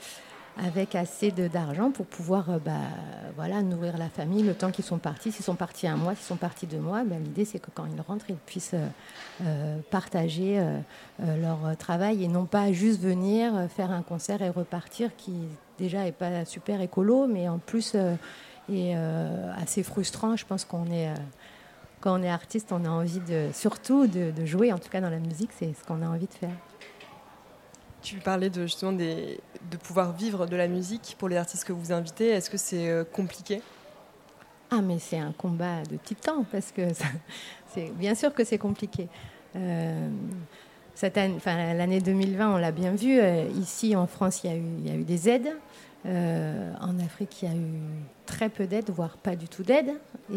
assez d'argent pour pouvoir nourrir la famille le temps qu'ils sont partis. S'ils sont partis 1 mois, s'ils sont partis 2 mois, l'idée c'est que quand ils rentrent, ils puissent partager leur travail et non pas juste venir faire un concert et repartir, qui déjà n'est pas super écolo, mais en plus assez frustrant. Je pense qu'on est, quand on est artiste, on a envie surtout de jouer, en tout cas dans la musique, c'est ce qu'on a envie de faire. Tu parlais justement de pouvoir vivre de la musique pour les artistes que vous invitez. Est-ce que c'est compliqué ? Ah, mais c'est un combat de titan, parce que bien sûr que c'est compliqué. L'année 2020, on l'a bien vu. Ici, en France, il y a eu des aides. En Afrique, il y a eu très peu d'aides, voire pas du tout d'aides.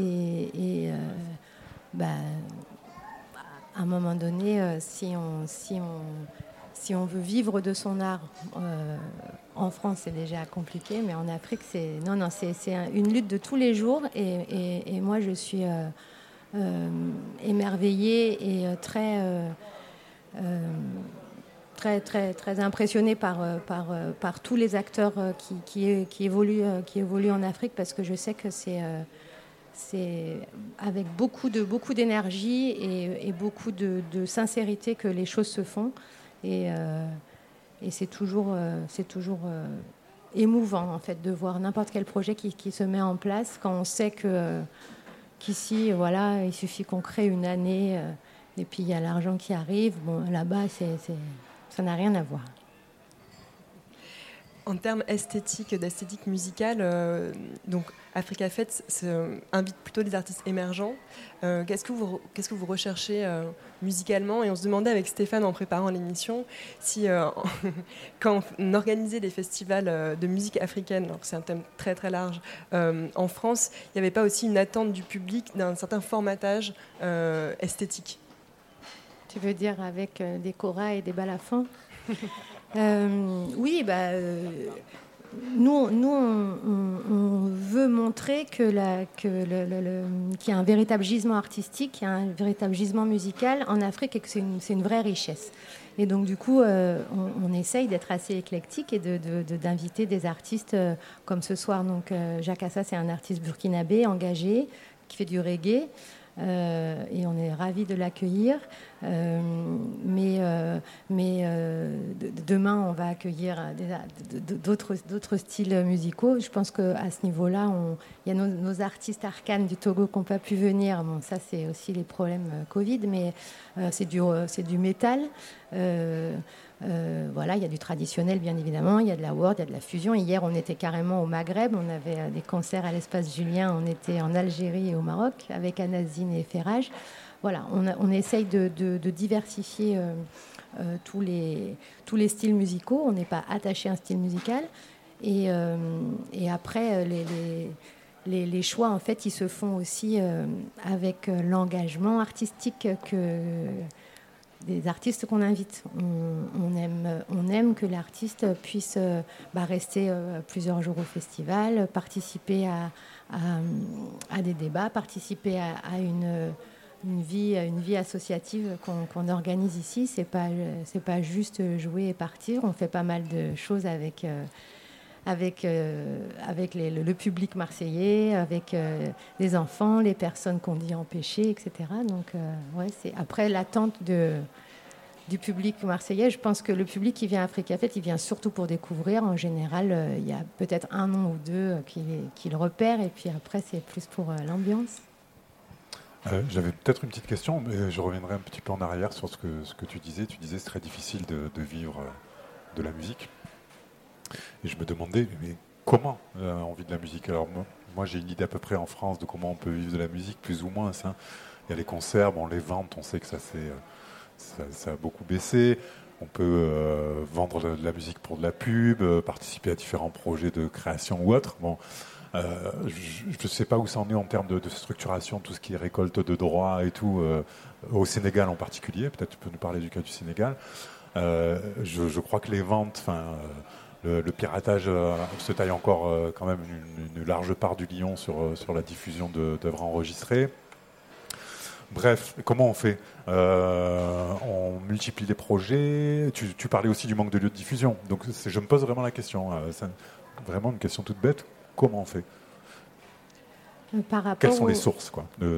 À un moment donné, si on veut vivre de son art, en France, c'est déjà compliqué, mais en Afrique, c'est une lutte de tous les jours. Et moi, je suis émerveillée et très impressionnée par tous les acteurs qui évoluent en Afrique, parce que je sais que c'est avec beaucoup d'énergie et beaucoup de sincérité que les choses se font. Et c'est toujours émouvant, en fait, de voir n'importe quel projet qui se met en place, quand on sait qu'ici, voilà, il suffit qu'on crée une année et puis il y a l'argent qui arrive. Bon, là-bas, ça n'a rien à voir. En termes d'esthétique musicale, donc Africa Fête invite plutôt des artistes émergents. Qu'est-ce que vous recherchez musicalement ? Et on se demandait avec Stéphane, en préparant l'émission, si quand on organisait des festivals de musique africaine, alors c'est un thème très très large, en France, il n'y avait pas aussi une attente du public d'un certain formatage esthétique ? Tu veux dire avec des koras et des balafons ? Oui, nous on veut montrer qu'il y a un véritable gisement artistique, qu'il y a un véritable gisement musical en Afrique, et que c'est une vraie richesse. Et donc du coup, on essaye d'être assez éclectique et d'inviter des artistes comme ce soir. Donc Jacques Assa, c'est un artiste burkinabé engagé qui fait du reggae. Et on est ravis de l'accueillir. Mais demain, on va accueillir d'autres styles musicaux. Je pense qu'à ce niveau-là, il y a nos artistes arcanes du Togo qui n'ont pas pu venir. Bon, ça, c'est aussi les problèmes Covid, mais c'est du métal. Voilà, il y a du traditionnel, bien évidemment, il y a de la world, il y a de la fusion. Hier, on était carrément au Maghreb, on avait des concerts à l'Espace Julien, on était en Algérie et au Maroc avec Anazine et Ferrage. Voilà, on essaye de diversifier tous les styles musicaux. On n'est pas attaché à un style musical. Et après, les choix, en fait, ils se font aussi avec l'engagement artistique des artistes qu'on invite. On aime que l'artiste puisse rester plusieurs jours au festival, participer à des débats, participer à une vie associative qu'on organise ici. C'est pas juste jouer et partir. On fait pas mal de choses avec le public marseillais, avec les enfants, les personnes qu'on dit empêchées, etc. Donc, c'est après l'attente du public marseillais. Je pense que le public qui vient à Africa Fête, il vient surtout pour découvrir. En général, il y a peut-être un nom ou deux qui le repèrent, et puis après, c'est plus pour l'ambiance. J'avais peut-être une petite question, mais je reviendrai un petit peu en arrière sur ce que tu disais. Tu disais que c'est très difficile de vivre de la musique. Et je me demandais, mais comment on vit de la musique ? Alors moi, j'ai une idée à peu près en France de comment on peut vivre de la musique, plus ou moins. Ça. Il y a les concerts, les ventes, on sait que ça a beaucoup baissé. On peut vendre de la musique pour de la pub, participer à différents projets de création ou autres. Bon, je ne sais pas où ça en est en termes de structuration, tout ce qui est récolte de droits et tout, au Sénégal en particulier. Peut-être tu peux nous parler du cas du Sénégal. Je crois que les ventes... Le piratage se taille encore quand même une large part du lion sur la diffusion d'œuvres enregistrées. Bref, comment on fait ? On multiplie les projets. Tu parlais aussi du manque de lieux de diffusion. Donc je me pose vraiment la question. C'est vraiment une question toute bête. Comment on fait ? Quelles sont les sources de financement ?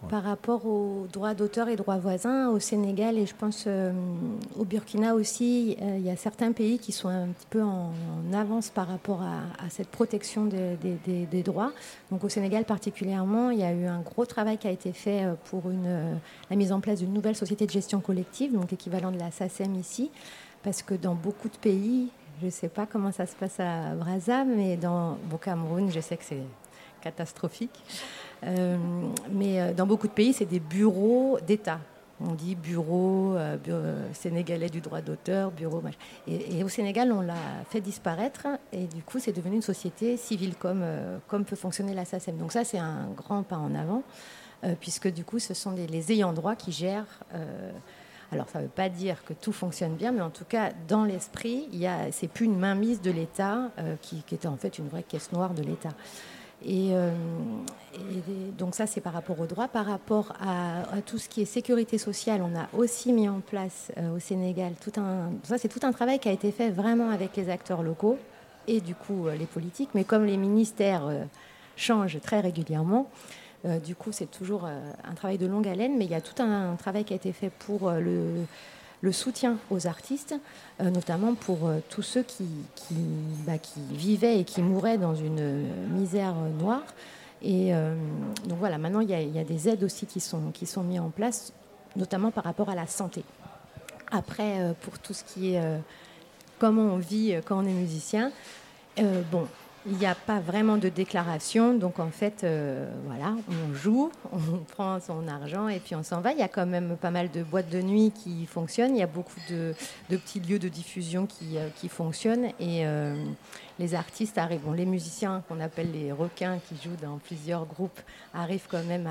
Par rapport aux droits d'auteur et droits voisins, au Sénégal et je pense au Burkina aussi, il y a certains pays qui sont un petit peu en avance par rapport à cette protection des droits. Donc au Sénégal particulièrement, il y a eu un gros travail qui a été fait pour la mise en place d'une nouvelle société de gestion collective, donc l'équivalent de la SACEM ici, parce que dans beaucoup de pays, je ne sais pas comment ça se passe à Brazza, mais au Cameroun, je sais que c'est catastrophique. Mais dans beaucoup de pays, c'est des bureaux d'État. On dit bureau sénégalais du droit d'auteur, bureau... Et au Sénégal, on l'a fait disparaître. Et du coup, c'est devenu une société civile, comme peut fonctionner la SACEM. Donc ça, c'est un grand pas en avant, puisque du coup, ce sont les ayants droit qui gèrent... Alors, ça ne veut pas dire que tout fonctionne bien, mais en tout cas, dans l'esprit, c'est plus une mainmise de l'État qui était en fait une vraie caisse noire de l'État. Et donc ça, c'est par rapport aux droits. Par rapport à tout ce qui est sécurité sociale, on a aussi mis en place au Sénégal c'est tout un travail qui a été fait vraiment avec les acteurs locaux et du coup les politiques. Mais comme les ministères changent très régulièrement, du coup c'est toujours un travail de longue haleine. Mais il y a tout un travail qui a été fait pour le soutien aux artistes, notamment pour tous ceux qui vivaient et qui mouraient dans une misère noire. Et donc voilà, maintenant il y a des aides aussi qui sont mises en place, notamment par rapport à la santé. Après, pour tout ce qui est comment on vit quand on est musicien, il n'y a pas vraiment de déclaration, donc en fait, voilà, on joue, on prend son argent et puis on s'en va. Il y a quand même pas mal de boîtes de nuit qui fonctionnent, il y a beaucoup de petits lieux de diffusion qui fonctionnent et les artistes arrivent. Bon, les musiciens qu'on appelle les requins qui jouent dans plusieurs groupes arrivent quand même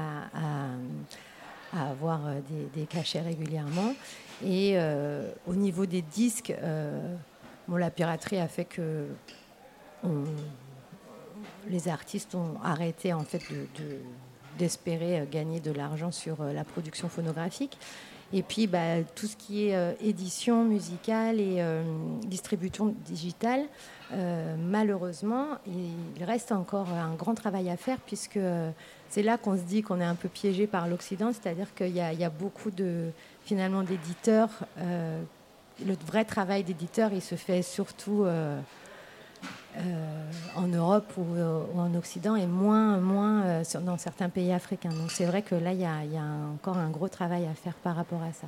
à avoir des cachets régulièrement. Et au niveau des disques, la piraterie a fait que les artistes ont arrêté en fait d'espérer gagner de l'argent sur la production phonographique. Et puis tout ce qui est édition musicale et distribution digitale, malheureusement, il reste encore un grand travail à faire puisque c'est là qu'on se dit qu'on est un peu piégé par l'Occident, c'est-à-dire qu'il y a beaucoup finalement d'éditeurs. Le vrai travail d'éditeur, il se fait surtout en Europe ou en Occident et moins dans certains pays africains. Donc c'est vrai que là, il y a encore un gros travail à faire par rapport à ça.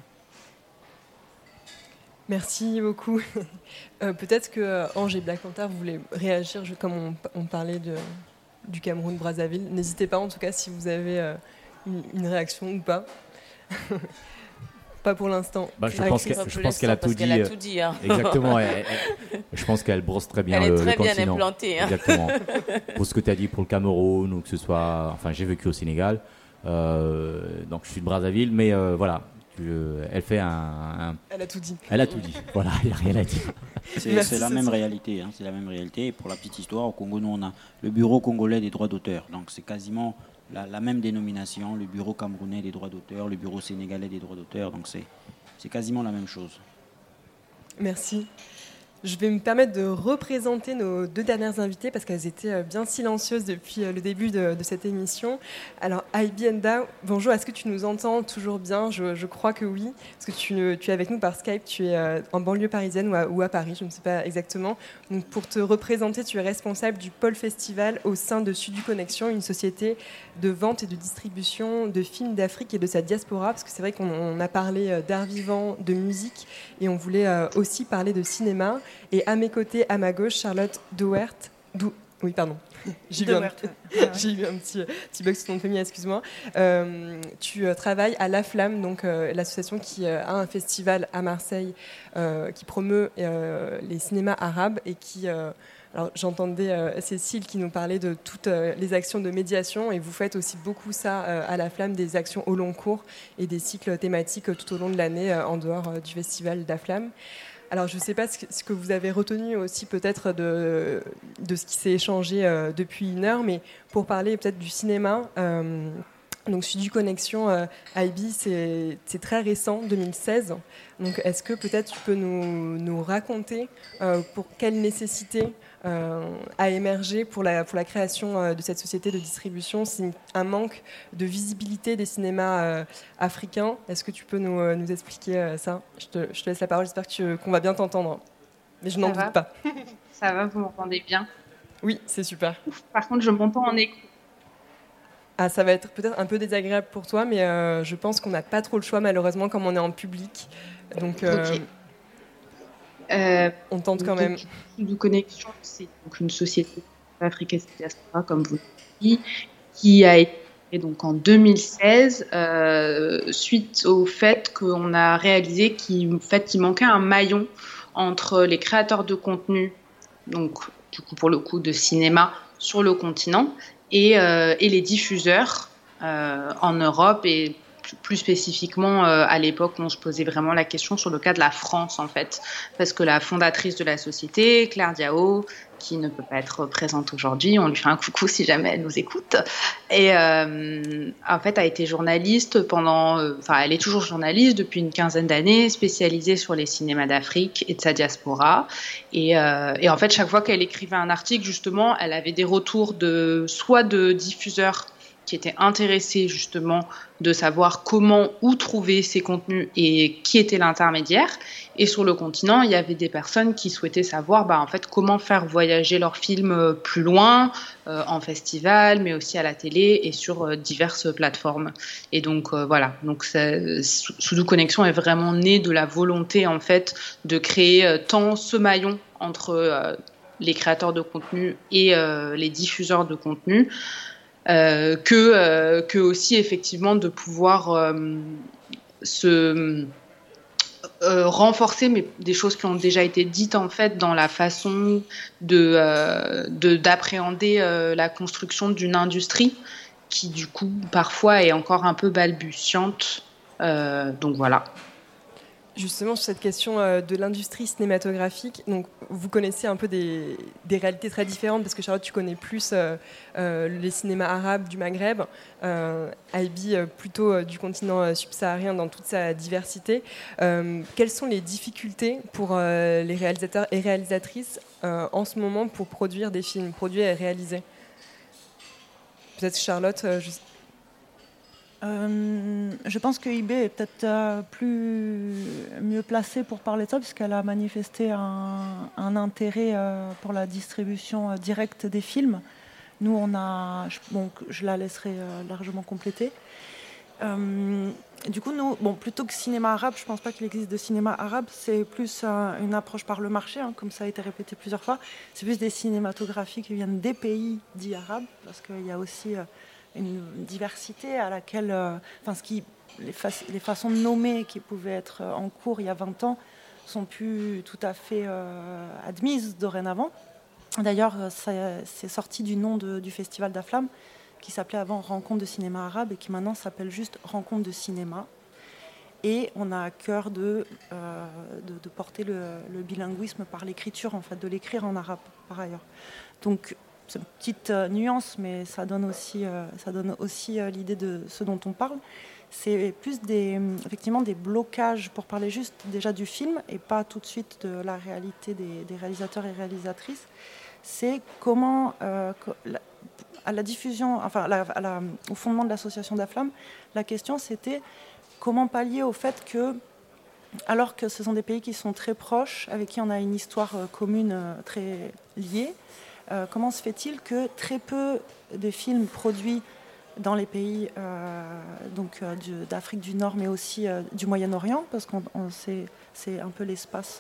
Merci beaucoup. Peut-être que Ange et Black Panther, vous voulez réagir comme on parlait du Cameroun-Brazzaville. N'hésitez pas, en tout cas, si vous avez une réaction ou pas. Pas pour l'instant. Je pense qu'elle a tout dit. Hein. Exactement. Je pense qu'elle brosse très bien le continent. Elle est très bien implantée. Hein. Exactement. Pour ce que tu as dit pour le Cameroun ou que ce soit... Enfin, j'ai vécu au Sénégal. Donc, je suis de Brazzaville. Mais voilà, elle fait Elle a tout dit. Elle a tout dit. Voilà, il n'y a rien à dire. C'est la même réalité. Hein. C'est la même réalité. Et pour la petite histoire, au Congo, nous, on a le Bureau congolais des droits d'auteur. Donc, c'est quasiment... La même dénomination, le bureau camerounais des droits d'auteur, le bureau sénégalais des droits d'auteur, donc c'est quasiment la même chose. Merci. Je vais me permettre de représenter nos deux dernières invitées parce qu'elles étaient bien silencieuses depuis le début de cette émission. Alors, Aibi Enda, bonjour, est-ce que tu nous entends toujours bien ? Je crois que oui, parce que tu es avec nous par Skype, tu es en banlieue parisienne ou à Paris, je ne sais pas exactement. Donc, pour te représenter, tu es responsable du pôle festival au sein de Sudu Connexion, une société de vente et de distribution de films d'Afrique et de sa diaspora, parce que c'est vrai qu'on a parlé d'art vivant, de musique, et on voulait aussi parler de cinéma. Et à mes côtés, à ma gauche, Charlotte Douert. Oui, pardon. J'ai eu un petit bug sur ton famille, excuse-moi. Tu travailles à La Flamme, donc l'association qui a un festival à Marseille qui promeut les cinémas arabes et qui... alors, j'entendais Cécile qui nous parlait de toutes les actions de médiation et vous faites aussi beaucoup ça à La Flamme, des actions au long cours et des cycles thématiques tout au long de l'année en dehors du festival d'A Flamme. Alors, je ne sais pas ce que vous avez retenu aussi peut-être de ce qui s'est échangé depuis une heure, mais pour parler peut-être du cinéma, Donc Sud Connexion, IB, c'est très récent, 2016. Donc est-ce que peut-être tu peux nous raconter pour quelle nécessité a émergé pour la création de cette société de distribution, c'est un manque de visibilité des cinémas africains. Est-ce que tu peux nous expliquer ça ? Je te laisse la parole, j'espère qu'on va bien t'entendre. Mais je n'en doute pas. Ça va, vous m'entendez bien ? Oui, c'est super. Par contre, je m'entends en écho. Ah, ça va être peut-être un peu désagréable pour toi, mais je pense qu'on n'a pas trop le choix, malheureusement, comme on est en public. Donc, on tente quand même. Sud Connexion, c'est donc une société africaine diaspora, comme vous l'avez dit, qui a été créée donc en 2016, suite au fait qu'on a réalisé qu'il manquait un maillon entre les créateurs de contenu, donc du coup pour le coup de cinéma sur le continent, et les diffuseurs en Europe et plus spécifiquement à l'époque où on se posait vraiment la question sur le cas de la France en fait, parce que la fondatrice de la société, Claire Diao, qui ne peut pas être présente aujourd'hui, on lui fait un coucou si jamais elle nous écoute, et en fait a été journaliste elle est toujours journaliste depuis une quinzaine d'années, spécialisée sur les cinémas d'Afrique et de sa diaspora, et en fait chaque fois qu'elle écrivait un article justement, elle avait des retours soit de diffuseurs qui étaient intéressés justement de savoir où trouver ces contenus et qui était l'intermédiaire. Et sur le continent, il y avait des personnes qui souhaitaient savoir en fait, comment faire voyager leurs films plus loin, en festival, mais aussi à la télé et sur diverses plateformes. Et donc voilà, donc Sud Connexion est vraiment né de la volonté en fait de créer tant ce maillon entre les créateurs de contenu et les diffuseurs de contenu, que aussi effectivement de pouvoir renforcer mais des choses qui ont déjà été dites en fait dans la façon d'appréhender la construction d'une industrie qui du coup parfois est encore un peu balbutiante, donc voilà. Justement, sur cette question de l'industrie cinématographique, donc, vous connaissez un peu des réalités très différentes, parce que Charlotte, tu connais plus les cinémas arabes du Maghreb, Aibi plutôt du continent subsaharien dans toute sa diversité. Quelles sont les difficultés pour les réalisateurs et réalisatrices en ce moment pour produire des films, produire et réaliser ? Peut-être Charlotte je pense que IB est peut-être mieux placée pour parler de ça, puisqu'elle a manifesté un intérêt pour la distribution directe des films. Nous, je la laisserai largement compléter. Du coup, nous, plutôt que cinéma arabe, je ne pense pas qu'il existe de cinéma arabe, c'est plus une approche par le marché, comme ça a été répété plusieurs fois. C'est plus des cinématographies qui viennent des pays dits arabes, parce qu'il y a aussi une diversité à laquelle, les façons de nommer qui pouvaient être en cours il y a 20 ans sont plus tout à fait admises dorénavant. D'ailleurs, c'est sorti du nom du festival d'Aflam, qui s'appelait avant Rencontre de cinéma arabe et qui maintenant s'appelle juste Rencontre de cinéma. Et on a à cœur de porter le bilinguisme par l'écriture, en fait, de l'écrire en arabe par ailleurs. Donc, c'est une petite nuance, mais ça donne aussi l'idée de ce dont on parle. C'est plus effectivement des blocages pour parler juste déjà du film et pas tout de suite de la réalité des réalisateurs et réalisatrices. C'est comment, à la diffusion, au fondement de l'association d'Aflam, la question c'était comment pallier au fait que, alors que ce sont des pays qui sont très proches, avec qui on a une histoire commune très liée, comment se fait-il que très peu de films produits dans les pays d'Afrique du Nord, mais aussi du Moyen-Orient, parce qu'on sait, c'est un peu l'espace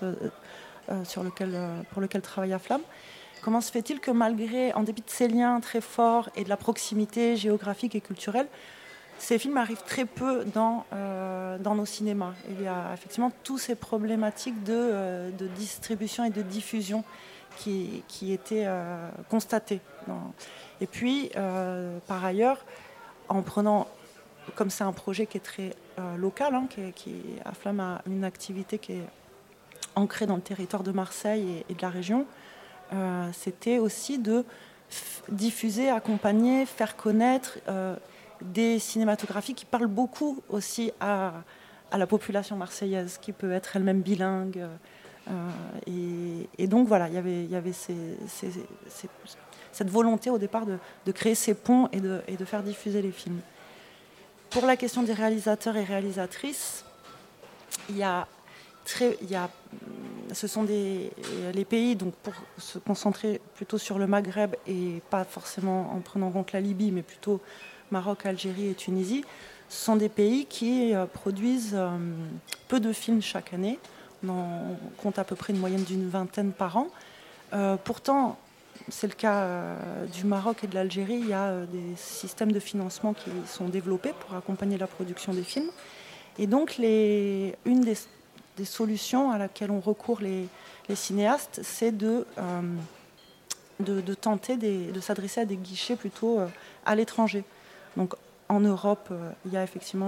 pour lequel travaille Aflam, comment se fait-il que malgré, en dépit de ces liens très forts et de la proximité géographique et culturelle, ces films arrivent très peu dans nos cinémas. Il y a effectivement toutes ces problématiques de distribution et de diffusion qui étaient constatées. Et puis, par ailleurs, en prenant, comme c'est un projet qui est très local, Aflam a une activité qui est ancrée dans le territoire de Marseille et de la région, c'était aussi de diffuser, accompagner, faire connaître des cinématographies qui parlent beaucoup aussi à la population marseillaise, qui peut être elle-même bilingue. Et donc voilà, il y avait cette volonté au départ de créer ces ponts et de faire diffuser les films. Pour la question des réalisateurs et réalisatrices, ce sont les pays, donc pour se concentrer plutôt sur le Maghreb et pas forcément en prenant en compte la Libye, mais plutôt Maroc, Algérie et Tunisie, ce sont des pays qui produisent peu de films chaque année. On en compte à peu près une moyenne d'une 20aine par an. Pourtant, c'est le cas du Maroc et de l'Algérie, il y a des systèmes de financement qui sont développés pour accompagner la production des films. Et donc, une des solutions à laquelle on recourt les cinéastes, c'est de tenter de s'adresser à des guichets plutôt à l'étranger. Donc, en Europe, il y a effectivement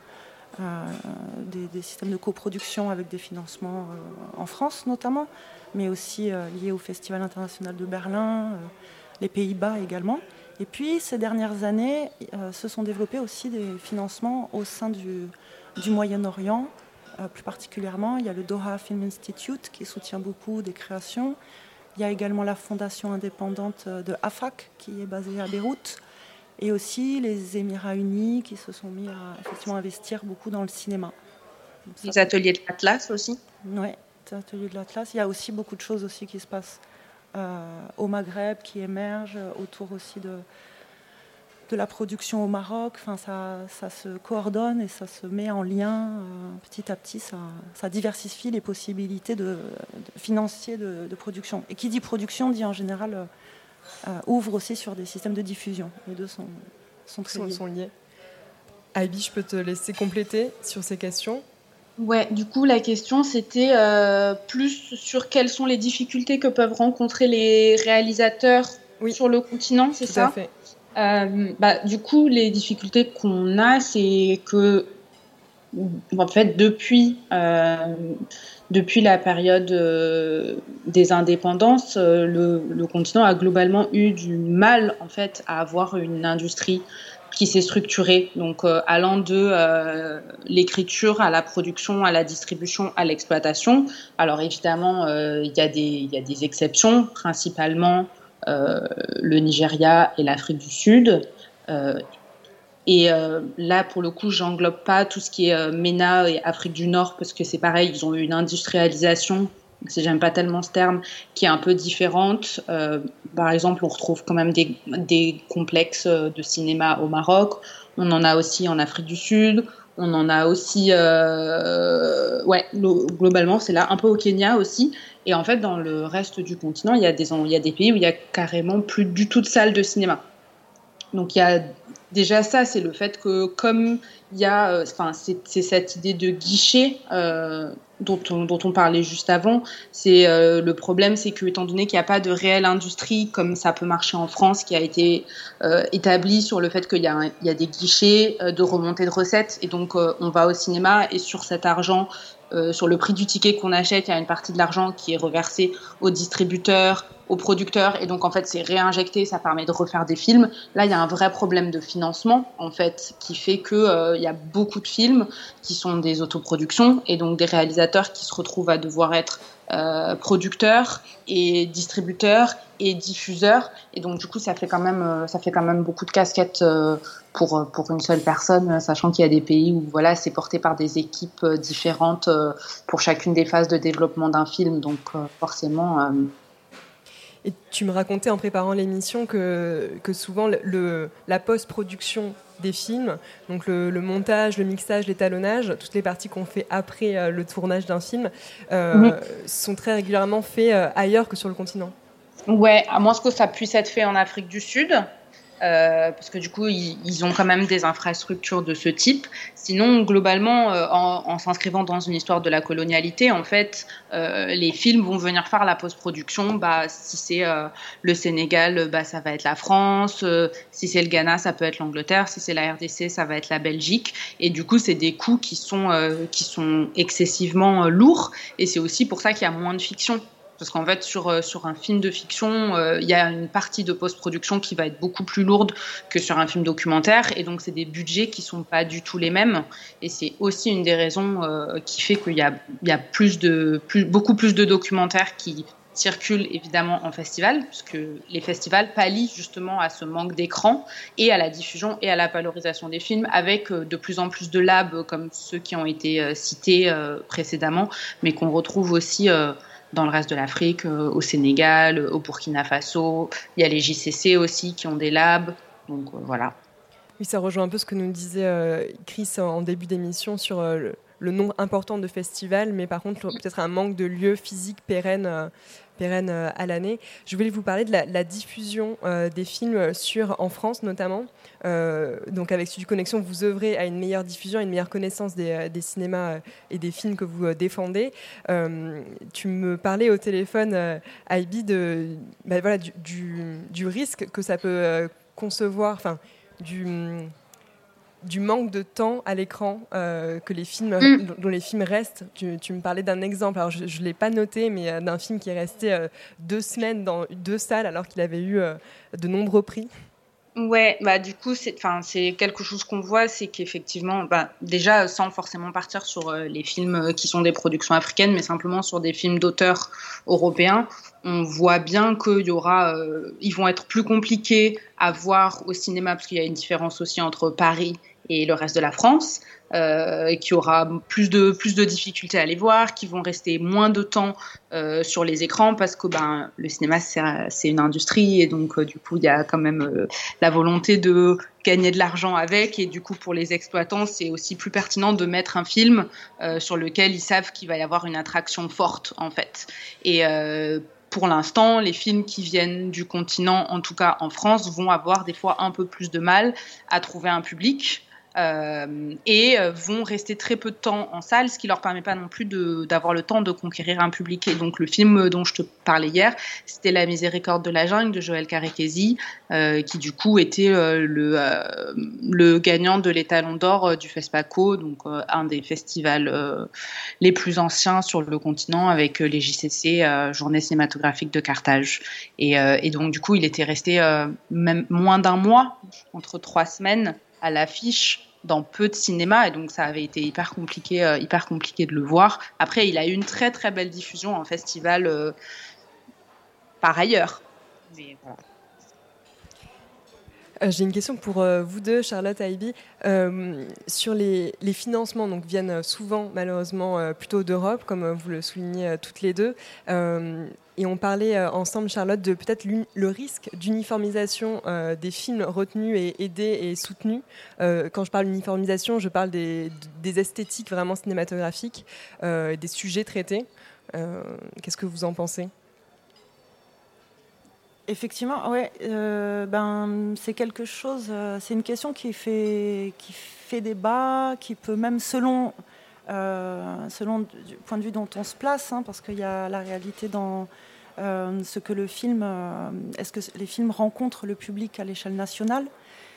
des systèmes de coproduction avec des financements en France notamment, mais aussi liés au Festival international de Berlin, les Pays-Bas également. Et puis, ces dernières années, se sont développés aussi des financements au sein du Moyen-Orient. Plus particulièrement, il y a le Doha Film Institute qui soutient beaucoup des créations. Il y a également la fondation indépendante de AFAC qui est basée à Beyrouth. Et aussi les Émirats unis qui se sont mis à effectivement investir beaucoup dans le cinéma. Les ateliers de l'Atlas aussi. Oui, les ateliers de l'Atlas. Il y a aussi beaucoup de choses aussi qui se passent au Maghreb, qui émergent autour aussi de la production au Maroc. Enfin, ça se coordonne et ça se met en lien petit à petit. Ça diversifie les possibilités financiers de production. Et qui dit production dit en général ouvre aussi sur des systèmes de diffusion. Les deux sont très liés. Aibi, je peux te laisser compléter sur ces questions. Ouais, du coup, la question, c'était plus sur quelles sont les difficultés que peuvent rencontrer les réalisateurs sur le continent, c'est ça ? Tout à fait. Du coup, les difficultés qu'on a, c'est que, en fait, depuis la période des indépendances, le continent a globalement eu du mal, en fait, à avoir une industrie qui s'est structurée, donc allant de l'écriture à la production, à la distribution, à l'exploitation. Alors évidemment, il y a des exceptions, principalement le Nigeria et l'Afrique du Sud. Là, pour le coup, j'englobe pas tout ce qui est MENA et Afrique du Nord, parce que c'est pareil, ils ont eu une industrialisation, j'aime pas tellement ce terme, qui est un peu différente. Par exemple, on retrouve quand même des complexes de cinéma au Maroc. On en a aussi en Afrique du Sud. On en a aussi... globalement, c'est là. Un peu au Kenya aussi. Et en fait, dans le reste du continent, il y a des pays où il y a carrément plus du tout de salles de cinéma. Donc, il y a... Déjà, ça, c'est le fait que, comme il y a... c'est cette idée de guichet dont on parlait juste avant. Le problème, c'est que, étant donné qu'il n'y a pas de réelle industrie, comme ça peut marcher en France, qui a été établie sur le fait qu'il y a des guichets de remontée de recettes. Et donc, on va au cinéma et sur cet argent... sur le prix du ticket qu'on achète, il y a une partie de l'argent qui est reversée aux distributeurs, aux producteurs, et donc en fait c'est réinjecté, ça permet de refaire des films. Là, il y a un vrai problème de financement, en fait, qui fait que y a beaucoup de films qui sont des autoproductions, et donc des réalisateurs qui se retrouvent à devoir être producteurs et distributeurs et diffuseurs, et donc du coup ça fait quand même beaucoup de casquettes pour une seule personne, sachant qu'il y a des pays où voilà, c'est porté par des équipes différentes pour chacune des phases de développement d'un film, donc forcément... Et tu me racontais en préparant l'émission que souvent la post-production des films, donc le montage, le mixage, l'étalonnage, toutes les parties qu'on fait après le tournage d'un film, sont très régulièrement faits ailleurs que sur le continent. Ouais, à moins que ça puisse être fait en Afrique du Sud, parce que du coup, ils ont quand même des infrastructures de ce type. Sinon, globalement, en s'inscrivant dans une histoire de la colonialité, en fait, les films vont venir faire la post-production. Si c'est le Sénégal, ça va être la France. Si c'est le Ghana, ça peut être l'Angleterre. Si c'est la RDC, ça va être la Belgique. Et du coup, c'est des coûts qui sont excessivement lourds. Et c'est aussi pour ça qu'il y a moins de fiction. Parce qu'en fait, sur un film de fiction, il y a une partie de post-production qui va être beaucoup plus lourde que sur un film documentaire. Et donc, c'est des budgets qui ne sont pas du tout les mêmes. Et c'est aussi une des raisons qui fait qu'il y a beaucoup plus de documentaires qui circulent évidemment en festival, puisque les festivals pallient justement à ce manque d'écran et à la diffusion et à la valorisation des films, avec de plus en plus de labs comme ceux qui ont été cités précédemment, mais qu'on retrouve aussi dans le reste de l'Afrique, au Sénégal, au Burkina Faso. Il y a les JCC aussi qui ont des labs. Donc voilà. Oui, ça rejoint un peu ce que nous disait Chris en début d'émission sur le nombre important de festivals, mais par contre peut-être un manque de lieux physiques pérennes à l'année. Je voulais vous parler de la diffusion des films en France notamment. Donc avec Studio Connexion, vous œuvrez à une meilleure diffusion, à une meilleure connaissance des cinémas et des films que vous défendez. Tu me parlais au téléphone, Aibi, du risque que ça peut concevoir, du manque de temps à l'écran que les films, dont les films restent. Tu me parlais d'un exemple, alors je ne l'ai pas noté, mais d'un film qui est resté 2 semaines dans 2 salles alors qu'il avait eu de nombreux prix. Ouais, du coup, c'est quelque chose qu'on voit, c'est qu'effectivement, déjà, sans forcément partir sur les films qui sont des productions africaines, mais simplement sur des films d'auteurs européens, on voit bien qu'ils vont être plus compliqués à voir au cinéma, parce qu'il y a une différence aussi entre Paris et le reste de la France, et qu'il y aura plus de difficultés à les voir, qui vont rester moins de temps sur les écrans, parce que le cinéma c'est une industrie, et donc du coup il y a quand même la volonté de gagner de l'argent avec, et du coup pour les exploitants c'est aussi plus pertinent de mettre un film sur lequel ils savent qu'il va y avoir une attraction forte en fait. Et pour l'instant, les films qui viennent du continent, en tout cas en France, vont avoir des fois un peu plus de mal à trouver un public. Et vont rester très peu de temps en salle, ce qui leur permet pas non plus d'avoir le temps de conquérir un public. Et donc le film dont je te parlais hier, c'était La Miséricorde de la jungle de Joël Karekesi, qui du coup était le gagnant de l'étalon d'or du FESPACO, donc un des festivals les plus anciens sur le continent, avec les JCC, Journée cinématographique de Carthage. Et donc du coup il était resté même moins d'un mois, entre 3 semaines, à l'affiche dans peu de cinéma, et donc ça avait été hyper compliqué de le voir. Après, il a eu une très très belle diffusion en festival par ailleurs. Mais voilà. J'ai une question pour vous deux, Charlotte et Aibi. Sur les financements, donc viennent souvent malheureusement plutôt d'Europe, comme vous le soulignez toutes les deux. Et on parlait ensemble, Charlotte, de peut-être le risque d'uniformisation des films retenus et aidés et soutenus. Quand je parle d'uniformisation, je parle des esthétiques vraiment cinématographiques, des sujets traités. Qu'est-ce que vous en pensez ? Effectivement, ouais, c'est quelque chose. C'est une question qui fait débat, qui peut même selon du point de vue dont on se place, parce qu'il y a la réalité dans ce que le film. Est-ce que les films rencontrent le public à l'échelle nationale ?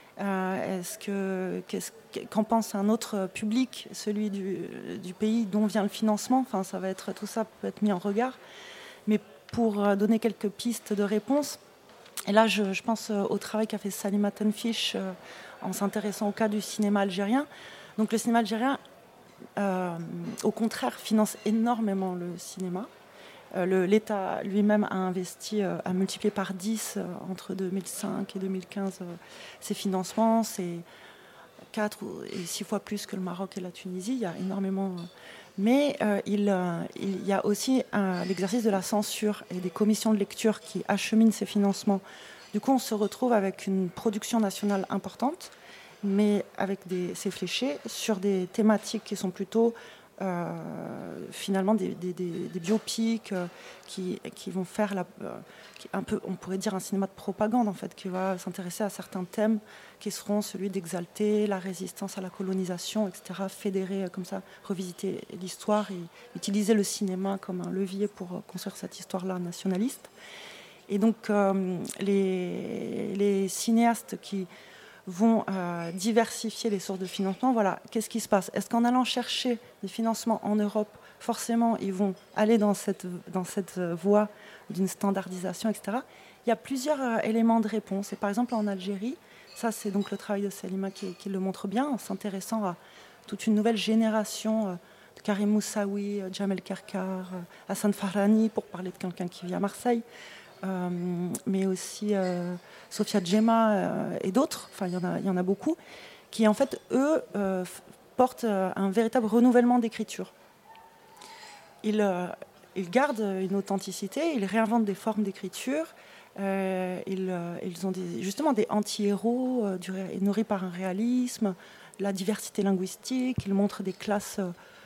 Qu'en pense un autre public, celui du pays dont vient le financement ? Enfin, tout ça peut être mis en regard. Mais pour donner quelques pistes de réponse, et là je pense au travail qu'a fait Salima Tenfish en s'intéressant au cas du cinéma algérien. Donc le cinéma algérien, au contraire, finance énormément le cinéma. L'État lui-même a investi, a multiplié par 10 entre 2005 et 2015 ses financements. C'est 4 et 6 fois plus que le Maroc et la Tunisie. Il y a énormément... Mais il y a aussi l'exercice de la censure et des commissions de lecture qui acheminent ces financements. Du coup, on se retrouve avec une production nationale importante, mais c'est fléché sur des thématiques qui sont plutôt finalement des biopics qui vont faire un peu, on pourrait dire, un cinéma de propagande en fait, qui va s'intéresser à certains thèmes qui seront celui d'exalter la résistance à la colonisation, etc., fédérer comme ça, revisiter l'histoire et utiliser le cinéma comme un levier pour construire cette histoire-là nationaliste. Et donc les cinéastes qui vont diversifier les sources de financement. Voilà, qu'est-ce qui se passe ? Est-ce qu'en allant chercher des financements en Europe forcément, ils vont aller dans cette voie d'une standardisation, etc. Il y a plusieurs éléments de réponse. Et par exemple, en Algérie, ça, c'est donc le travail de Salima qui le montre bien, en s'intéressant à toute une nouvelle génération de Karim Moussaoui, Jamel Karkar, Hassan Farhani, pour parler de quelqu'un qui vit à Marseille, mais aussi Sofia Djema et d'autres, enfin, il y en a beaucoup, qui, en fait, eux, portent un véritable renouvellement d'écriture. Ils gardent une authenticité, ils réinventent des formes d'écriture. Ils ont justement des anti-héros nourris par un réalisme, la diversité linguistique. Ils montrent des classes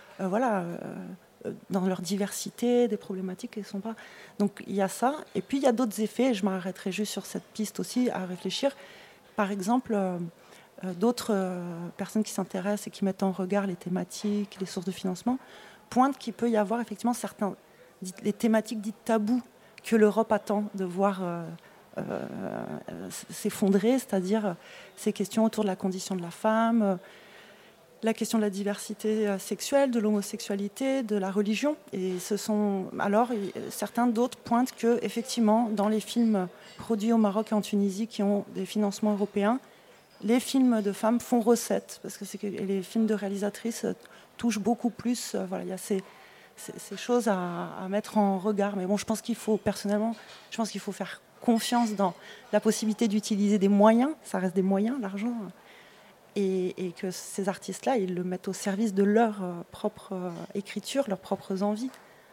dans leur diversité, des problématiques qui ne sont pas... Donc il y a ça. Et puis il y a d'autres effets, et je m'arrêterai juste sur cette piste aussi à réfléchir. Par exemple, d'autres personnes qui s'intéressent et qui mettent en regard les thématiques, les sources de financement, pointent qu'il peut y avoir effectivement les thématiques dites tabous que l'Europe attend de voir s'effondrer, c'est-à-dire ces questions autour de la condition de la femme, la question de la diversité sexuelle, de l'homosexualité, de la religion. Et certains d'autres pointent que, effectivement, dans les films produits au Maroc et en Tunisie qui ont des financements européens, les films de femmes font recette, parce que les films de réalisatrices touchent beaucoup plus. Il y a ces choses à mettre en regard. Mais bon, personnellement, je pense qu'il faut faire confiance dans la possibilité d'utiliser des moyens, ça reste des moyens, l'argent, et que ces artistes-là, ils le mettent au service de leur propre écriture, leurs propres envies.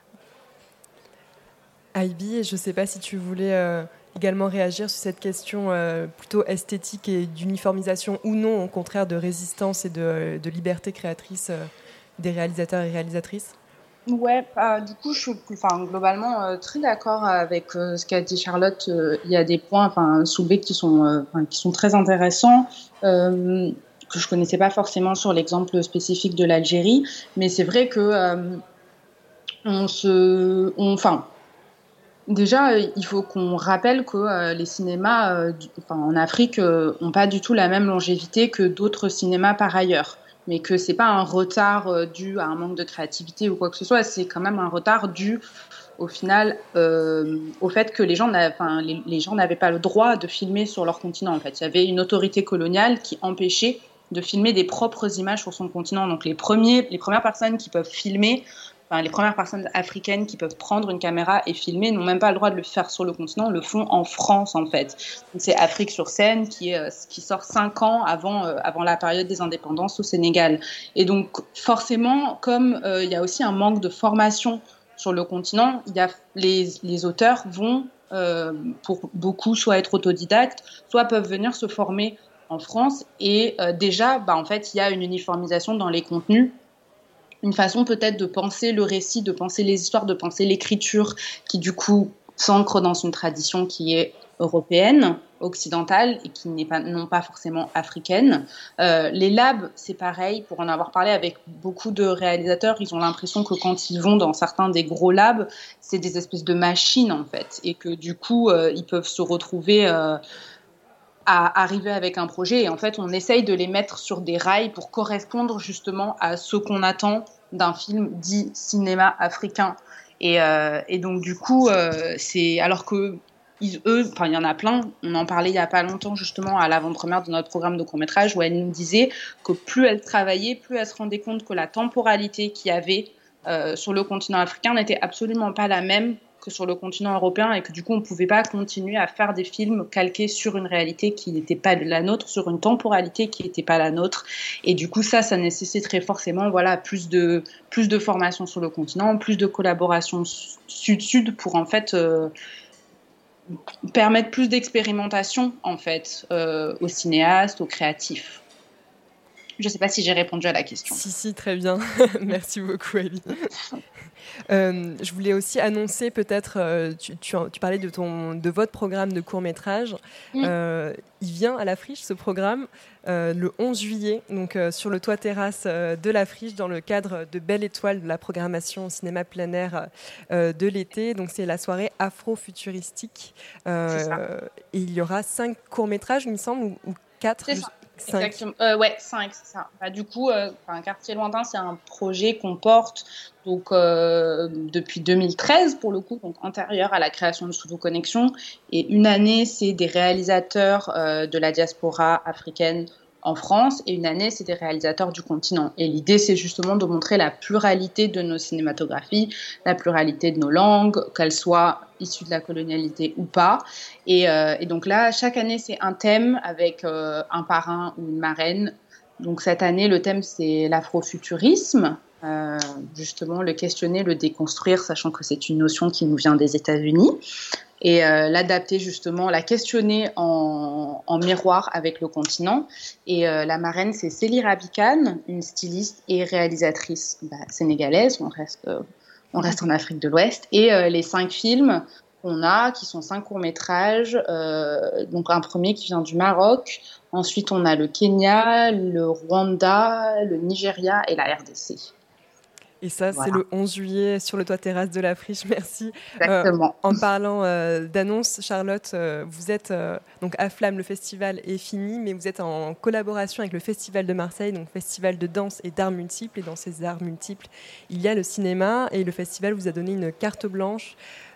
Aibi, je ne sais pas si tu voulais également réagir sur cette question plutôt esthétique et d'uniformisation ou non, au contraire de résistance et de liberté créatrice des réalisateurs et réalisatrices. Ouais, du coup, je suis globalement très d'accord avec ce qu'a dit Charlotte. Il y a des points soulevés qui sont très intéressants, que je connaissais pas forcément sur l'exemple spécifique de l'Algérie, mais c'est vrai que déjà, il faut qu'on rappelle que les cinémas en Afrique n'ont pas du tout la même longévité que d'autres cinémas par ailleurs. Mais que c'est pas un retard dû à un manque de créativité ou quoi que ce soit, c'est quand même un retard dû au final au fait que les gens n'avaient pas le droit de filmer sur leur continent. En fait, il y avait une autorité coloniale qui empêchait de filmer des propres images sur son continent. Donc les premières personnes qui peuvent filmer, les premières personnes africaines qui peuvent prendre une caméra et filmer n'ont même pas le droit de le faire sur le continent, le font en France en fait. Donc, c'est Afrique sur scène qui sort 5 ans avant la période des indépendances au Sénégal. Et donc forcément, comme il y a aussi un manque de formation sur le continent, les auteurs vont, pour beaucoup, soit être autodidactes, soit peuvent venir se former en France. Et déjà, en fait, il y a une uniformisation dans les contenus. Une façon peut-être de penser le récit, de penser les histoires, de penser l'écriture, qui du coup s'ancre dans une tradition qui est européenne, occidentale, et qui n'est pas, non pas forcément africaine. Les labs, c'est pareil, pour en avoir parlé avec beaucoup de réalisateurs, ils ont l'impression que quand ils vont dans certains des gros labs, c'est des espèces de machines en fait, et que du coup, ils peuvent se retrouver... à arriver avec un projet, et en fait on essaye de les mettre sur des rails pour correspondre justement à ce qu'on attend d'un film dit cinéma africain, et donc du coup c'est alors que il y en a plein, on en parlait il y a pas longtemps justement à l'avant-première de notre programme de court-métrage où elle nous disait que plus elle travaillait, plus elle se rendait compte que la temporalité qu'il y avait sur le continent africain n'était absolument pas la même que sur le continent européen, et que du coup on ne pouvait pas continuer à faire des films calqués sur une réalité qui n'était pas la nôtre, sur une temporalité qui n'était pas la nôtre, et du coup ça nécessiterait forcément plus de formation sur le continent, plus de collaboration sud-sud pour en fait permettre plus d'expérimentation en fait aux cinéastes, aux créatifs. Je ne sais pas si j'ai répondu à la question. Si, très bien. Merci beaucoup, Abby. Je voulais aussi annoncer peut-être, tu parlais de votre programme de court-métrage. Il vient à la Friche, ce programme, le 11 juillet, donc sur le toit-terrasse de la Friche, dans le cadre de Belle Étoile, de la programmation au cinéma plein air de l'été. Donc c'est la soirée afro-futuristique. Et il y aura 5 courts-métrages, il me semble, ou 4. Exactement. Ouais, 5, c'est ça. Bah, du coup, un quartier lointain, c'est un projet qu'on porte donc, depuis 2013, pour le coup, donc antérieur à la création de Sous vos connexions. Et une année, c'est des réalisateurs de la diaspora africaine en France, et une année, c'est des réalisateurs du continent. Et l'idée, c'est justement de montrer la pluralité de nos cinématographies, la pluralité de nos langues, qu'elles soient issues de la colonialité ou pas. Et donc là, chaque année, c'est un thème avec un parrain ou une marraine. Donc cette année, le thème, c'est l'afrofuturisme. Justement, le questionner, le déconstruire, sachant que c'est une notion qui nous vient des États-Unis. Et l'adapter justement, la questionner en miroir avec le continent. Et la marraine, c'est Célie Rabican, une styliste et réalisatrice sénégalaise. On reste en Afrique de l'Ouest. Et les 5 films qu'on a, qui sont 5 courts-métrages, donc un premier qui vient du Maroc, ensuite on a le Kenya, le Rwanda, le Nigeria et la RDC. Et ça, voilà. C'est le 11 juillet sur le toit terrasse de la Friche. Merci. Exactement. En parlant d'annonce, Charlotte, vous êtes donc à Flamme, le festival est fini, mais vous êtes en collaboration avec le Festival de Marseille, donc festival de danse et d'arts multiples. Et dans ces arts multiples, il y a le cinéma, et le festival vous a donné une carte blanche,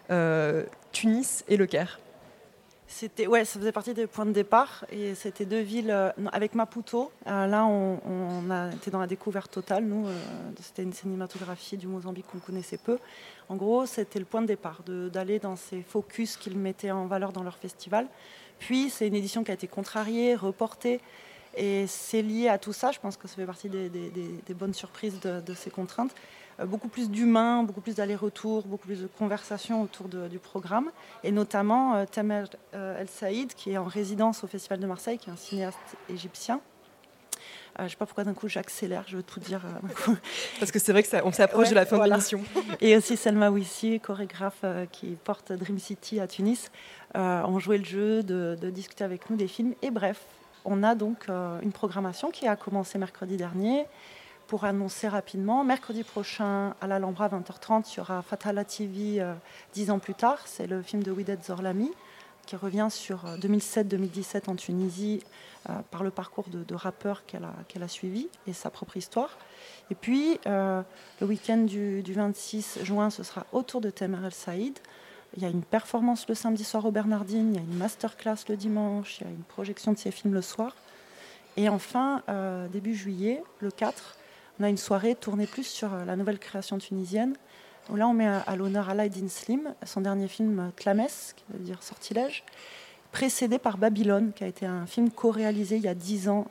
Tunis et Le Caire. Ça faisait partie des points de départ, et c'était 2 villes avec Maputo. Là, on a été dans la découverte totale. Nous, c'était une cinématographie du Mozambique qu'on connaissait peu. En gros, c'était le point de départ, d'aller dans ces focus qu'ils mettaient en valeur dans leur festival. Puis, c'est une édition qui a été contrariée, reportée, et c'est lié à tout ça. Je pense que ça fait partie des bonnes surprises de ces contraintes. Beaucoup plus d'humains, beaucoup plus d'allers-retours, beaucoup plus de conversations autour du programme, et notamment Tamer El Saïd, qui est en résidence au Festival de Marseille, qui est un cinéaste égyptien. Je ne sais pas pourquoi d'un coup j'accélère, je veux tout dire. Parce que c'est vrai qu'on s'approche de la fin de l'émission. Et aussi Selma Wissi, chorégraphe qui porte Dream City à Tunis, ont joué le jeu de discuter avec nous des films. Et bref, on a donc une programmation qui a commencé mercredi dernier. Pour annoncer rapidement, mercredi prochain à l'Alhambra 20h30, il y aura Fatala TV 10 ans plus tard. C'est le film de Widet Zorlami qui revient sur 2007-2017 en Tunisie par le parcours de rappeur qu'elle a suivi et sa propre histoire. Et puis, le week-end du 26 juin, ce sera autour de Tamer El Saïd. Il y a une performance le samedi soir au Bernardine, il y a une masterclass le dimanche, il y a une projection de ses films le soir. Et enfin, début juillet, le 4, on a une soirée tournée plus sur la nouvelle création tunisienne. Où là, on met à l'honneur Alaïdine Slim, son dernier film Tlames, qui veut dire sortilège, précédé par Babylone, qui a été un film co-réalisé il y a 10 ans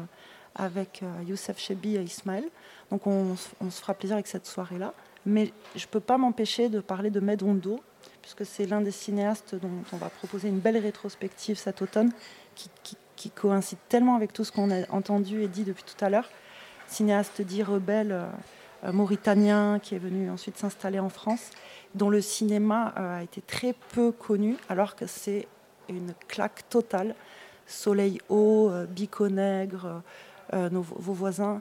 avec Youssef Chebbi et Ismaël. Donc on se fera plaisir avec cette soirée-là. Mais je ne peux pas m'empêcher de parler de Medondo, puisque c'est l'un des cinéastes dont on va proposer une belle rétrospective cet automne, qui coïncide tellement avec tout ce qu'on a entendu et dit depuis tout à l'heure. Cinéaste dit rebelle mauritanien qui est venu ensuite s'installer en France, dont le cinéma a été très peu connu, alors que c'est une claque totale. Soleil haut, Bico Nègre, vos voisins,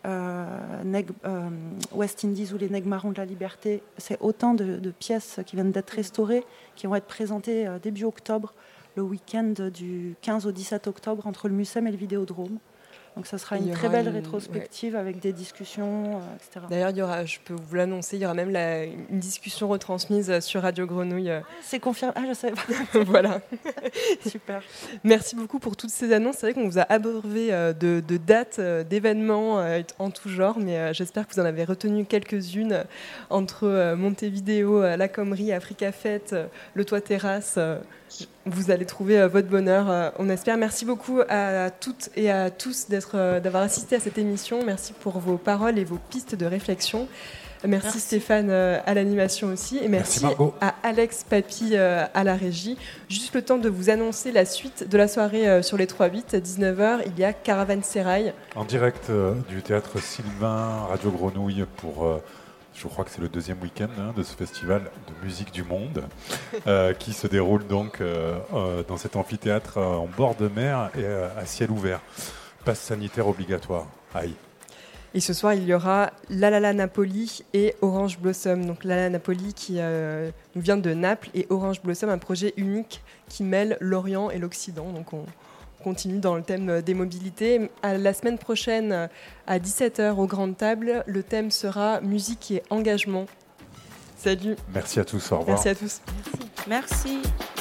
West Indies ou les Nègres marrons de la liberté. C'est autant de pièces qui viennent d'être restaurées, qui vont être présentées début octobre, le week-end du 15 au 17 octobre, entre le Mucem et le Vidéodrome. Donc ça sera une très belle rétrospective avec des discussions, etc. D'ailleurs, je peux vous l'annoncer, il y aura même une discussion retransmise sur Radio Grenouille. C'est confirmé. Ah, je savais pas. Voilà. Super. Merci beaucoup pour toutes ces annonces. C'est vrai qu'on vous a abreuvé de dates, d'événements en tout genre, mais j'espère que vous en avez retenu quelques-unes entre Montevideo, La Comrie, Africa Fête, le Toit Terrasse. Vous allez trouver votre bonheur, on espère. Merci beaucoup à toutes et à tous d'avoir assisté à cette émission. Merci pour vos paroles et vos pistes de réflexion. Merci. Stéphane à l'animation aussi. Et merci à Alex Papy à la régie. Juste le temps de vous annoncer la suite de la soirée sur les 3-8. 19h, il y a Caravansérail. En direct du théâtre Sylvain, Radio Grenouille pour... je crois que c'est le deuxième week-end de ce festival de musique du monde qui se déroule donc dans cet amphithéâtre en bord de mer et à ciel ouvert. Passe sanitaire obligatoire. Aïe. Et ce soir, il y aura La La La Napoli et Orange Blossom. Donc La La Napoli qui nous vient de Naples et Orange Blossom, un projet unique qui mêle l'Orient et l'Occident. Donc on continue dans le thème des mobilités. La semaine prochaine, à 17h aux grandes tables, le thème sera musique et engagement. Salut. Merci à tous, au revoir. Merci à tous. Merci.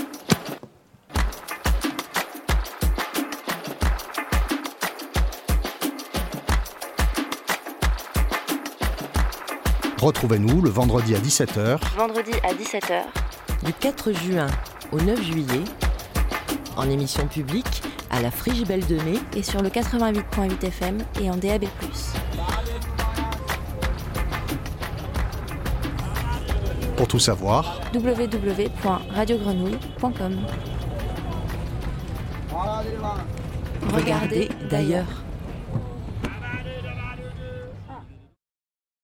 Retrouvez-nous le vendredi à 17h. Vendredi à 17h. Du 4 juin au 9 juillet. En émission publique, à la Friche Belle de Mai. Et sur le 88.8 FM et en DAB+. Pour tout savoir, www.radiogrenouille.com. Regardez d'ailleurs.